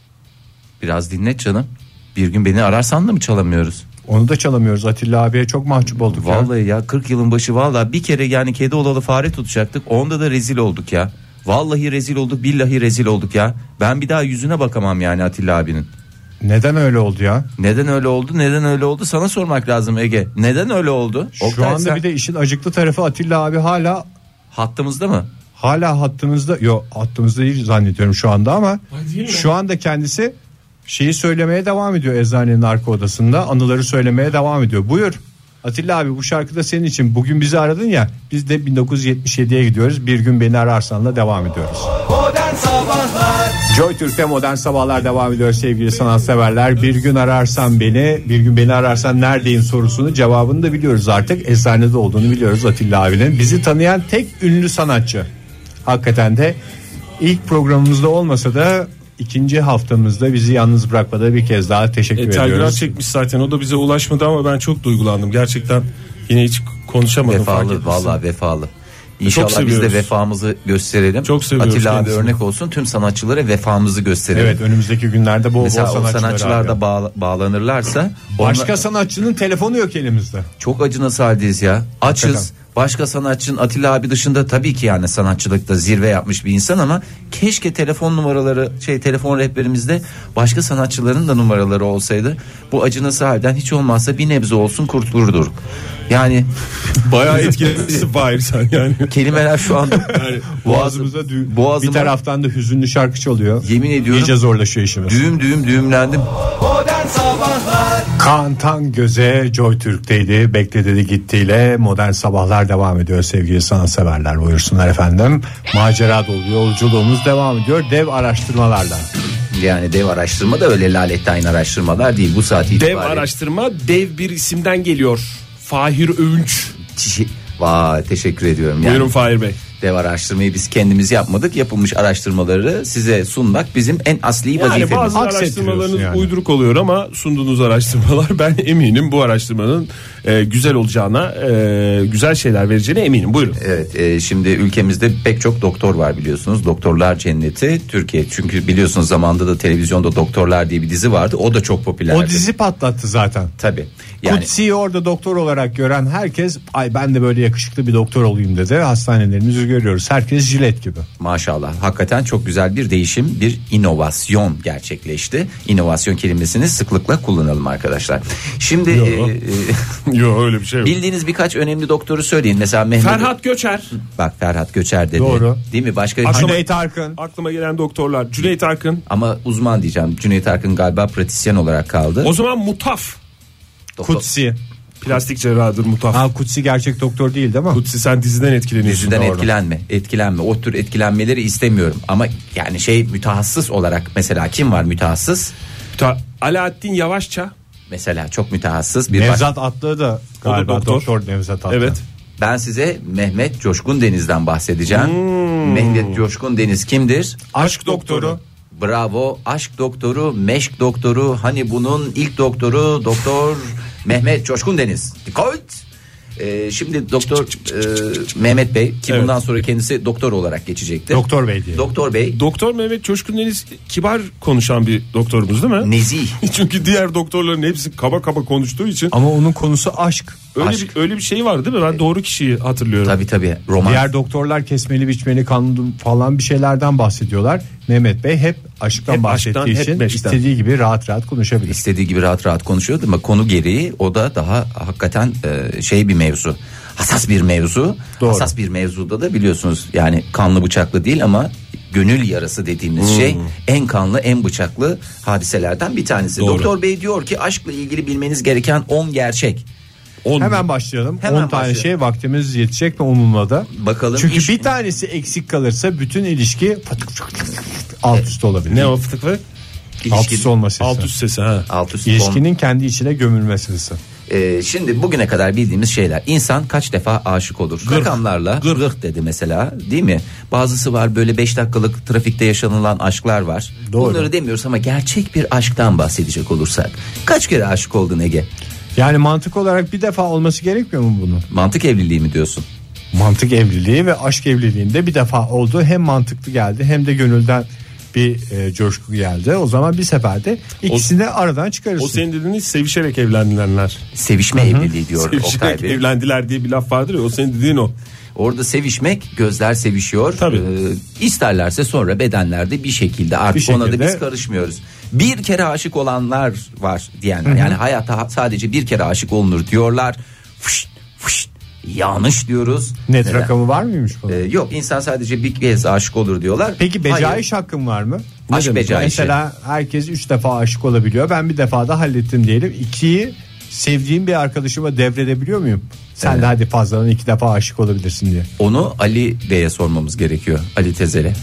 Biraz dinlet canım. Bir gün beni ararsan da mı çalamıyoruz? Onu da çalamıyoruz Atilla abiye, çok mahcup olduk ya. Vallahi ya kırk yılın başı vallahi bir kere yani kedi olalı fare tutacaktık. Onda da rezil olduk ya. Vallahi rezil olduk, billahi rezil olduk ya. Ben bir daha yüzüne bakamam yani Atilla abinin. Neden öyle oldu ya? Neden öyle oldu? Neden öyle oldu? Sana sormak lazım Ege. Neden öyle oldu? Şu Oktay, anda sen bir de işin acıklı tarafı, Atilla abi hala hattımızda mı? hala hattımızda. Yok, hattımızda değil zannediyorum şu anda ama şu anda kendisi şeyi söylemeye devam ediyor eczanenin arka odasında. Anıları söylemeye devam ediyor. Buyur Atilla abi, bu şarkı da senin için. Bugün bizi aradın ya, biz de bin dokuz yüz yetmiş yediye gidiyoruz. Bir Gün Beni Ararsan'la devam ediyoruz. Modern Sabahlar. Joy Türk'te Modern Sabahlar devam ediyor sevgili sanatseverler. Bir gün ararsan beni, bir gün beni ararsan neredeyim sorusunu, cevabını da biliyoruz artık. Eczanede olduğunu biliyoruz Atilla abinin. Bizi tanıyan tek ünlü sanatçı. Hakikaten de ilk programımızda olmasa da ikinci haftamızda bizi yalnız bırakmadığı bir kez daha teşekkür E, telgraf ediyoruz. çekmiş zaten, o da bize ulaşmadı ama ben çok duygulandım gerçekten. Yine hiç konuşamadım. fark Vefalı, etmişsin. vallahi vefalı. İnşallah biz de seviyoruz. vefamızı gösterelim. Çok seviyoruz Atilla abi kendisini. örnek olsun, tüm sanatçılara vefamızı gösterelim. Evet, önümüzdeki günlerde bol bol Mesela o sanatçılar sanatçılar da arıyor. bağla- bağlanırlarsa Başka onla- sanatçının telefonu yok elimizde. çok acınası haldeyiz ya. Açız. Hakikaten. Başka sanatçının Atilla abi dışında tabii ki yani sanatçılıkta zirve yapmış bir insan ama keşke telefon numaraları şey telefon rehberimizde başka sanatçıların da numaraları olsaydı. Bu acınası halden hiç olmazsa bir nebze olsun kurtulurduk. Yani Bayağı etkilemişsin Fahir sen yani. kelimeler şu anda Boğazımıza dü- boğazıma- bir taraftan da hüzünlü şarkı çalıyor. Yemin ediyorum İyice zorlaşıyor işimiz. düğüm düğüm düğümlendim. Modern Sabahlar. Kaan Tangöze Joy Türk'teydi. Bekle dedi gittiyle Modern Sabahlar devam ediyor sevgili sanatseverler. Buyursunlar efendim. Macera dolu yolculuğumuz devam ediyor. Dev araştırmalarla. Yani dev araştırma da öyle lalettayn araştırmalar değil bu saat Dev itibariyle. araştırma dev bir isimden geliyor. Fahir Öğünç. Çişi- Vay teşekkür ediyorum. Yani Buyurun Fahir Bey. dev araştırmayı biz kendimiz yapmadık. Yapılmış araştırmaları size sunmak bizim en asli Yani vazifemiz. bazı Aksettiriyorsun araştırmalarınız yani. uyduruk oluyor ama sunduğunuz araştırmalar ben eminim bu araştırmanın e, güzel olacağına, e, güzel şeyler vereceğine eminim. Buyurun. Evet e, şimdi ülkemizde pek çok doktor var biliyorsunuz. Doktorlar Cenneti Türkiye. Çünkü biliyorsunuz zamanında da televizyonda Doktorlar diye bir dizi vardı. O da çok popülerdi. O dizi patlattı zaten. Tabii. Yani Kutsi'yi orada doktor olarak gören herkes, ay ben de böyle yakışıklı bir doktor olayım dedi. Hastanelerimizi görüyoruz. Herkes jilet gibi. maşallah hakikaten çok güzel bir değişim, bir inovasyon gerçekleşti. İnovasyon kelimesini sıklıkla kullanalım arkadaşlar. Şimdi Yo. e, e, Yok öyle bir şey yok. bildiğiniz birkaç önemli doktoru söyleyin. Mesela Mehmet Ferhat Göçer. Bak Ferhat Göçer dedi. Doğru. Değil mi? Başka Aklıma- Cüneyt Arkın. Aklıma gelen doktorlar. Cüneyt Arkın. ama uzman diyeceğim. Cüneyt Arkın galiba pratisyen olarak kaldı. O zaman Mutaf. Doktor- Kutsi. Plastik cerrahıdır Mutaf. Ha, Kutsi gerçek doktor değil değil mi? Kutsi sen diziden etkileniyorsun. Diziden doğru. etkilenme, etkilenme. O tür etkilenmeleri istemiyorum. Ama yani şey mütehassıs olarak mesela kim var mütehassıs? Ta- Alaaddin Yavaşça. Mesela çok mütehassıs bir Nevzat Atlı da galiba doktor. doktor Nevzat Atlı. Evet. Ben size Mehmet Coşkun Deniz'den bahsedeceğim. Hmm. Mehmet Coşkun Deniz kimdir? Aşk doktoru. Bravo, aşk doktoru, meşk doktoru, hani bunun ilk doktoru Doktor Mehmet Coşkun Deniz. Dikkat! Ee, şimdi Doktor e, Mehmet Bey ki Evet. bundan sonra kendisi doktor olarak geçecektir. Doktor Bey diye. Doktor Bey Doktor Mehmet Coşkun Deniz kibar konuşan bir doktorumuz değil mi? nezih. Çünkü diğer doktorların hepsi kaba kaba konuştuğu için Ama onun konusu aşk. öyle Aşk. bir öyle bir şey var değil mi? Ben doğru kişiyi hatırlıyorum. Tabii tabii. Roman. Diğer doktorlar kesmeli biçmeli kanlı falan bir şeylerden bahsediyorlar. Mehmet Bey hep aşktan Hep bahsettiği aşktan, hep için meşkten. istediği gibi rahat rahat konuşabilir. İstediği gibi rahat rahat konuşuyordu ama konu gereği o da daha hakikaten e, şey bir mevzu. Hassas bir mevzu. Doğru. Hassas bir mevzuda da biliyorsunuz yani kanlı bıçaklı değil ama gönül yarası dediğimiz Hmm. şey en kanlı en bıçaklı hadiselerden bir tanesi. Doğru. Doktor Bey diyor ki aşkla ilgili bilmeniz gereken on gerçek. On- Hemen başlayalım. Hemen on tane başlayalım. şey vaktimiz yetecek mi onunla da? Bakalım Çünkü iş- bir tanesi eksik kalırsa bütün ilişki fıtık fıtık fıtık alt üst olabilir. Ne o fıtık fıtık? Alt üst olma sesi. Alt üst sesi ha. Alt üst İlişkinin kendi içine gömülme sesi. Ee, şimdi bugüne kadar bildiğimiz şeyler. İnsan kaç defa aşık olur? Rakamlarla gırk dedi mesela, değil mi? Bazısı var böyle beş dakikalık trafikte yaşanılan aşklar var. Doğru. Bunları demiyoruz ama gerçek bir aşktan bahsedecek olursak. Kaç kere aşık oldun Ege? Yani mantık olarak bir defa olması gerekmiyor mu bunun? Mantık evliliği mi diyorsun? Mantık evliliği ve aşk evliliğinde bir defa oldu. Hem mantıklı geldi hem de gönülden bir e, coşku geldi. O zaman bir seferde ikisini aradan çıkarırsın. O senin dediğin sevişerek evlendiler. Sevişme evliliği diyor Oktay Sevişerek Bey. evlendiler diye bir laf vardır ya, o senin dediğin o. Orada sevişmek, gözler sevişiyor. Tabii. Ee, isterlerse sonra bedenlerde bir şekilde artık Bir ona da şekilde- biz karışmıyoruz. Bir kere aşık olanlar var diyenler. Yani hayata sadece bir kere aşık olunur diyorlar. Fışt, fışt, yanlış diyoruz. Net Neden? rakamı var mıymış bunun? Ee, yok, insan sadece bir kez aşık olur diyorlar. Peki Hayır. becaiş hakkın var mı? Ne Aşk demek? becaişi. Mesela herkes üç defa aşık olabiliyor. Ben bir defa da hallettim diyelim. İkiyi sevdiğim bir arkadaşıma devredebiliyor muyum? Sen Evet. de hadi fazladan iki defa aşık olabilirsin diye. Onu Ali Bey'e sormamız gerekiyor. Ali Tezel'e.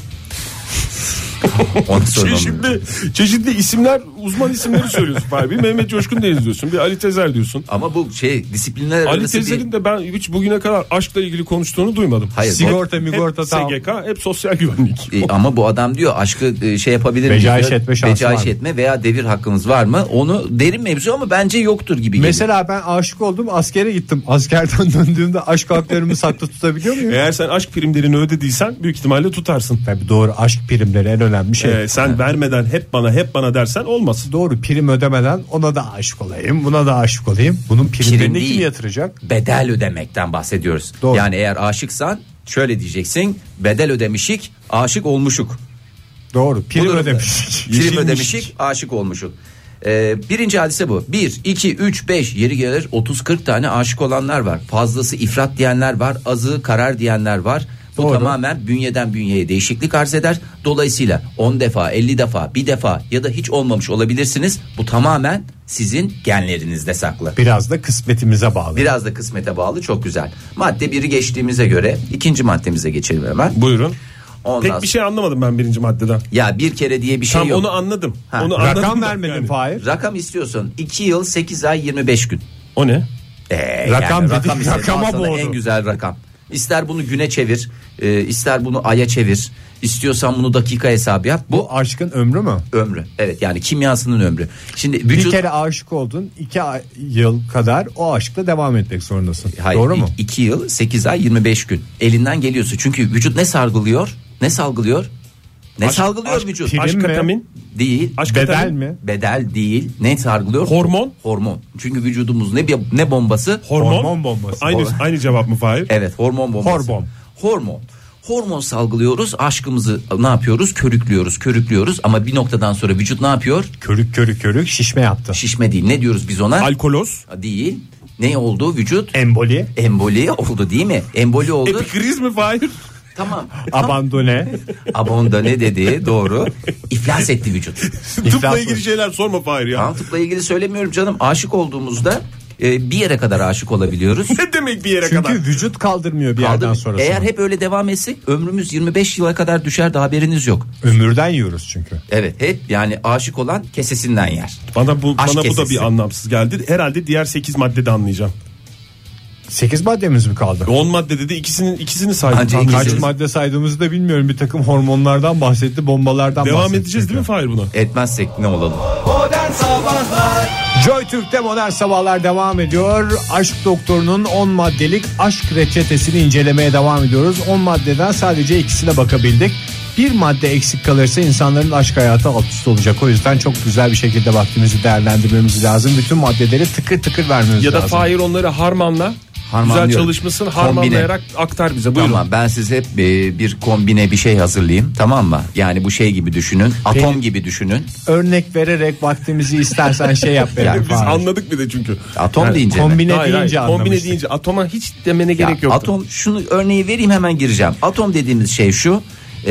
Onu sormamız. Çeşitli, çeşitli isimler, uzman isimleri söylüyorsun. Fahri. Bir Mehmet Coşkun Deniz diyorsun, bir Ali Tezer diyorsun. Ama bu şey disiplinler Ali arası bir... Tezer'in de ben hiç bugüne kadar aşkla ilgili konuştuğunu duymadım. Hayır, Sigorta Hep migorta tamam. S G K, hep sosyal güvenlik. E, ama bu adam diyor aşkı e, şey yapabilir miyiz? Becaiş etme şansı Becaiş var mı? etme veya devir hakkımız var mı? Onu derin mevzu ama bence yoktur gibi geliyor. Mesela ben aşık oldum, askere gittim. Askerden döndüğümde aşk haklarımı saklı tutabiliyor muyum? Eğer sen aşk primlerini ödediysen büyük ihtimalle tutarsın. Tabii doğru, aşk primleri en önemli şey. Ee, sen vermeden hep bana hep bana dersen olmaz. Doğru, prim ödemeden ona da aşık olayım, buna da aşık olayım. Bunun primlerini Prim kim değil. yatıracak? Bedel ödemekten bahsediyoruz. Doğru. Yani eğer aşıksan şöyle diyeceksin: bedel ödemişik, aşık olmuşuk. Doğru, Bu prim durumda ödemiş. Prim Yeşilmiş. ödemişik, aşık olmuşuk. Ee, birinci hadise bu. Bir, iki, üç, beş, yeri gelir otuz kırk tane aşık olanlar var. Fazlası ifrat diyenler var, azı karar diyenler var. Bu Doğru. tamamen bünyeden bünyeye değişiklik arz eder. Dolayısıyla on defa, elli defa, bir defa ya da hiç olmamış olabilirsiniz. Bu tamamen sizin genlerinizde saklı. Biraz da kısmetimize bağlı. Biraz da kısmete bağlı, çok güzel. Madde biri geçtiğimize göre ikinci maddemize geçelim hemen. Buyurun. Ondan Tek bir şey anlamadım ben birinci maddeden. Ya bir kere diye bir şey Tam yok. onu anladım. Ha. Onu anladım Rakam da vermedin yani. Fahir. Rakam istiyorsun. iki yıl sekiz ay yirmi beş gün. O ne? Ee, Rakam yani dedik, rakam istedim. rakama Al sana boğdu. en güzel rakam. İster bunu güne çevir, e, ister bunu aya çevir, istiyorsan bunu dakika hesabı yap. Bu Bu aşkın ömrü mü? ömrü. Evet, yani kimyasının ömrü. Şimdi Bir vücut kere aşık oldun, iki ay- yıl kadar o aşkla devam etmek zorundasın. Hayır, Doğru mu? iki yıl sekiz ay yirmi beş gün. Elinden geliyorsun. Çünkü vücut ne salgılıyor? Ne salgılıyor? Ne Aşk- salgılıyor aşk- vücut? Prim Aşk mi? katamin, Değil. aşk Bedel katamin, mi? Bedel değil. Ne salgılıyor? Hormon. Hormon. Çünkü vücudumuz ne bir- ne bombası? hormon, Hormon bombası. Aynı aynı cevap mı Fahir? Evet, hormon bombası. Hormon. Hormon. Hormon salgılıyoruz. Aşkımızı ne yapıyoruz? Körüklüyoruz, körüklüyoruz ama bir noktadan sonra vücut ne yapıyor? Körük körük körük şişme yaptı. Şişme değil. Ne diyoruz biz ona? Alkoloz, Değil. Ne oldu vücut? Emboli, Emboli oldu değil mi? Emboli oldu. epikriz mi Fahir? Tamam. abandone, Abandone dedi, doğru. İflas etti vücut. Tıpla ilgili şeyler sorma Fahir ya. Tamam, tıpla ilgili söylemiyorum canım. Aşık olduğumuzda e, bir yere kadar aşık olabiliyoruz. Ne demek bir yere Çünkü kadar? vücut kaldırmıyor bir Kaldı- yerden sonrasını. Eğer hep öyle devam etsek ömrümüz yirmi beş yıla kadar düşer de haberiniz yok. Ömürden yiyoruz çünkü. Evet, hep yani aşık olan kesesinden yer. Bana bu Aşk bana bu da kesesi. bir anlamsız geldi. Herhalde diğer sekiz maddede anlayacağım. sekiz maddemiz mi kaldı? on maddede de ikisinin ikisini saydım. Anca Tam ikisi- Kaç madde saydığımızı da bilmiyorum. Bir takım hormonlardan bahsetti, bombalardan Devam bahsetti. edeceğiz değil mi Fahir buna? Etmezsek ne olalım? Joy Türk'te Modern Sabahlar devam ediyor. Aşk doktorunun on maddelik aşk reçetesini incelemeye devam ediyoruz. on maddeden sadece ikisine bakabildik. Bir madde eksik kalırsa insanların aşk hayatı alt üst olacak. O yüzden çok güzel bir şekilde vaktimizi değerlendirmemiz lazım. Bütün maddeleri tıkır tıkır vermemiz Ya da lazım. Fahir onları harmanla. Harmanlıyorum. Güzel çalışmasın, harmanlayarak aktar bize. Buyurun. Tamam, ben size hep e, bir kombine bir şey hazırlayayım, tamam mı? Yani bu şey gibi düşünün, atom Benim- gibi düşünün. Örnek vererek vaktimizi istersen şey yap. Yani Biz Fahir. anladık bir de çünkü. Atom Yani deyince mi? kombine Hayır, hayır. deyince Kombine anlamıştık. deyince atoma hiç demene Ya, gerek yok. atom, şunu örneği vereyim, hemen gireceğim. Atom dediğimiz şey şu.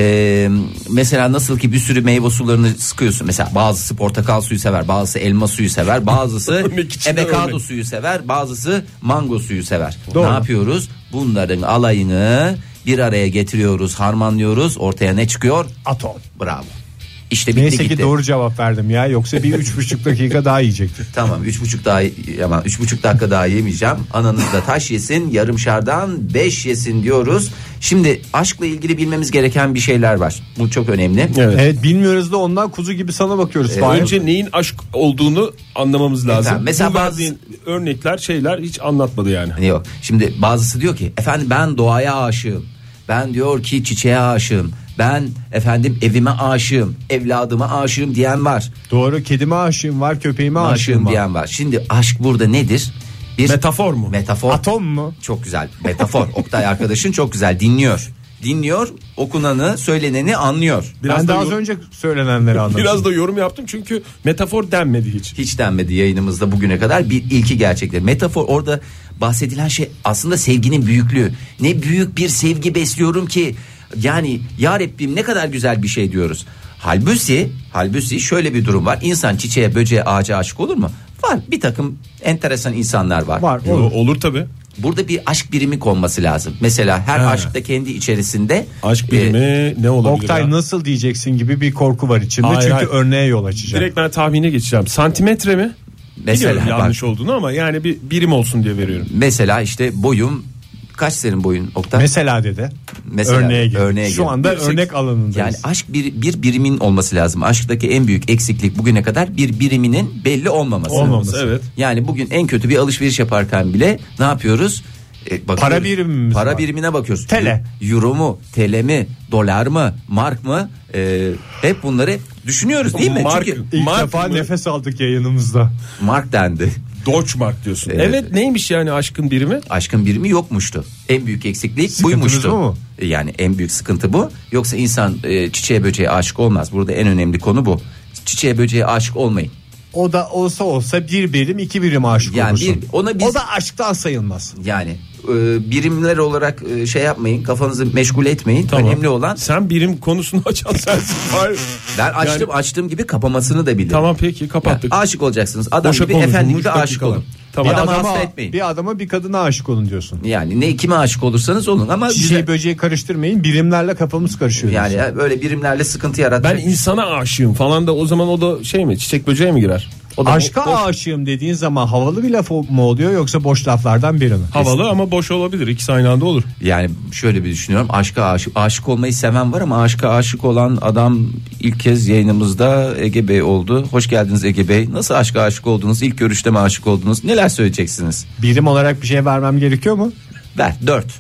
e, mesela nasıl ki bir sürü meyve sularını sıkıyorsun. Mesela bazısı portakal suyu sever, bazısı elma suyu sever, bazısı Örnek içinde avokado örnek. suyu sever, bazısı mango suyu sever. Doğru. Ne yapıyoruz? Bunların alayını bir araya getiriyoruz, harmanlıyoruz. Ortaya ne çıkıyor? Atom. Bravo. İşte bitti Neyse gitti. ki doğru cevap verdim ya. Yoksa bir üç buçuk dakika daha yiyecektik. Tamam, üç buçuk daha ama üç buçuk dakika daha yemeyeceğim. Ananız da taş yesin, yarımşardan beş yesin diyoruz. Şimdi aşkla ilgili bilmemiz gereken bir şeyler var. Bu çok önemli. Evet. Evet, bilmiyoruz da ondan kuzu gibi sana bakıyoruz. Fahir. Önce neyin aşk olduğunu anlamamız lazım. Efendim, mesela Bu bazı- verdiğin örnekler, şeyler hiç anlatmadı yani. Hani yok. Şimdi bazısı diyor ki efendim ben doğaya aşığım. Ben diyor ki çiçeğe aşığım. Ben efendim evime aşığım, evladıma aşığım diyen var. Doğru, kedime aşığım var, köpeğime aşığım Aşığım var. diyen var. Şimdi aşk burada nedir? Bir Metafor mu? Metafor. Atom mu? Çok güzel. Metafor. Oktay arkadaşın çok güzel dinliyor. Dinliyor, okunanı, söyleneni anlıyor. Biraz ben da de az yor- önce söylenenleri anladım. Biraz da yorum yaptım çünkü metafor denmedi hiç. Hiç denmedi yayınımızda bugüne kadar, bir ilki gerçekten. Metafor, orada bahsedilen şey aslında sevginin büyüklüğü. Ne büyük bir sevgi besliyorum ki, yani ya Rabbim ne kadar güzel bir şey diyoruz. Halbuki, halbuki şöyle bir durum var. İnsan çiçeğe, böceğe, ağaca aşık olur mu? Var. Bir takım enteresan insanlar var. Var, Yo, olur. olur tabii. Burada bir aşk birimi konması lazım. Mesela her He. aşk da kendi içerisinde Aşk e, birimi ne olabilir Oktay ya? nasıl diyeceksin gibi bir korku var içimde. Hayır, çünkü hayır. örneğe yol açacak. Direkt ben tahmine geçeceğim. Santimetre mi? mesela Biliyorum yanlış bak, olduğunu ama yani bir birim olsun diye veriyorum. mesela işte boyum kaç senin boyun Oktay? Mesela dedi. Mesela, örneğe gir. örneğe Şu gir. anda Bir- örnek alanındayız. Yani aşk bir, bir birimin olması lazım. Aşktaki en büyük eksiklik bugüne kadar bir biriminin belli olmaması. Olmaması. Evet. Yani bugün en kötü bir alışveriş yaparken bile ne yapıyoruz? E, bakıyoruz. Para birimimiz Para var. birimine bakıyoruz. Tele. Euro mu, T L mi, dolar mı, mark mı? E, hep bunları düşünüyoruz değil mi? Mark- Çünkü İlk Mark defa mı? nefes aldık yayınımızda. mark dendi. Deutschmark diyorsun. Evet. Evet. Neymiş yani aşkın birimi? Aşkın birimi yokmuştu. En büyük eksiklik Sıkıntımız buymuştu. bu mu? E, Yani en büyük sıkıntı bu. Yoksa insan e, çiçeğe böceğe aşık olmaz. Burada en önemli konu bu. Çiçeğe böceğe aşık olmayın. O da olsa olsa bir birim iki birim aşık Yani olursun. bir- ona biz- O da aşktan sayılmaz. Yani e, birimler olarak e, şey yapmayın, kafanızı meşgul etmeyin. Tamam. Önemli olan, Sen birim konusunu açan sensin. Hayır. ben açtım açtığım gibi kapamasını da bilin. Tamam peki kapattık. Yani aşık olacaksınız. Adam Boşa gibi, konuşulmuş efendi gibi aşık dakikalar. olun. Tamam. Adamı adama, hasta etmeyin. bir adama bir kadına aşık olun diyorsun. Yani ne kime aşık olursanız olun ama Çiçeği güzel. böceği karıştırmayın, birimlerle kafamız karışıyor. Yani diyorsun. ya, böyle birimlerle sıkıntı yaratacak. Ben insana aşığım falan da o zaman o da şey mi? Çiçek böceğe mi girer? O da Aşka boş- aşığım dediğin zaman havalı bir laf mı oluyor yoksa boş laflardan biri mi? havalı ama boş olabilir. İkisi aynı anda olur. Yani şöyle bir düşünüyorum, aşka aşık, aşık olmayı seven var ama aşka aşık olan adam ilk kez yayınımızda Ege Bey oldu. Hoş geldiniz Ege Bey. Nasıl aşka aşık oldunuz? İlk görüşte mi aşık oldunuz? Neler söyleyeceksiniz? Birim olarak bir şey vermem gerekiyor mu? Ver dört.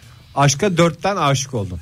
Aşka dörtten aşık oldum.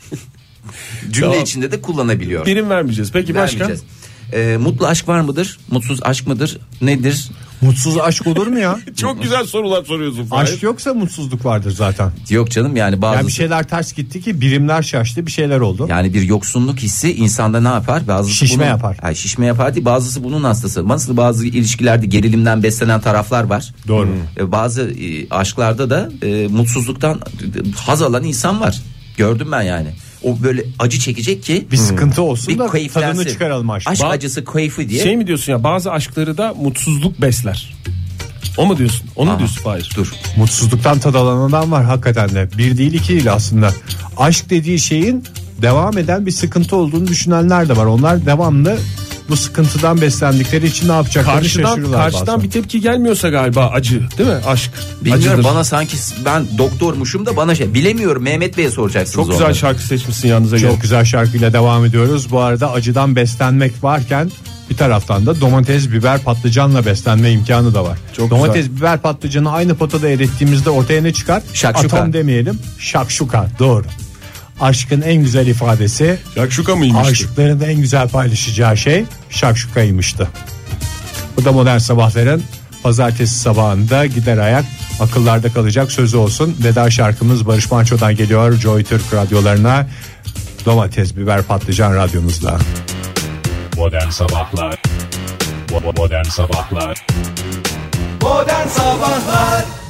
Cümle Tamam. içinde de kullanabiliyor. Birim vermeyeceğiz. Peki başka? Vermeyeceğiz. Ee, mutlu aşk var mıdır? Mutsuz aşk mıdır? Nedir? Mutsuz aşk olur mu ya? Çok güzel sorular soruyorsun. Fahir. Aşk yoksa mutsuzluk vardır zaten. Yok canım, yani bazı Yani bir şeyler ters gitti ki birimler şaştı, bir şeyler oldu. yani bir yoksunluk hissi insanda ne yapar? Bazısı Şişme bunun- yapar. Ay, şişme yapar değil, bazısı bunun hastası. Nasıl bazı ilişkilerde gerilimden beslenen taraflar var. Doğru. E, Bazı e, aşklarda da e, mutsuzluktan e, haz alan insan var. Gördüm ben yani. O böyle acı çekecek ki Bir sıkıntı olsun bir da keyiflensin. tadını çıkaralım aşk. Aşk Ba- acısı keyfi diye. Şey mi diyorsun ya, bazı aşkları da mutsuzluk besler. O mu diyorsun? Onu Aha. mu diyorsun? Hayır. Dur. Mutsuzluktan tad alan adam var hakikaten de. Bir değil iki değil aslında. Aşk dediği şeyin devam eden bir sıkıntı olduğunu düşünenler de var. Onlar devamlı bu sıkıntıdan beslendikleri için ne yapacaklarını Karşıdan, şaşırıyorlar karşıdan bazen. bir tepki gelmiyorsa galiba acı değil mi? Aşk. Bilmiyorum, Acıdır. bana sanki ben doktormuşum da bana şey bilemiyorum. Mehmet Bey'e soracaksınız. Çok güzel onları. şarkı seçmişsin yalnız. Çok güzel şarkıyla devam ediyoruz. Bu arada acıdan beslenmek varken bir taraftan da domates, biber, patlıcanla beslenme imkanı da var. Çok domates, güzel. biber, patlıcanı aynı potada erittiğimizde ortaya ne çıkar? Şakşuka. Atom demeyelim, şakşuka. Doğru. Aşkın en güzel ifadesi, Şakşuka mıymış? aşıkların en güzel paylaşacağı şey şakşukaymıştı. Bu da Modern Sabahların pazartesi sabahında gider ayak akıllarda kalacak sözü olsun. Veda şarkımız Barış Manço'dan geliyor Joy Türk radyolarına. Domates, biber, patlıcan radyonuzda. Modern Sabahlar Bo- Modern Sabahlar Modern Sabahlar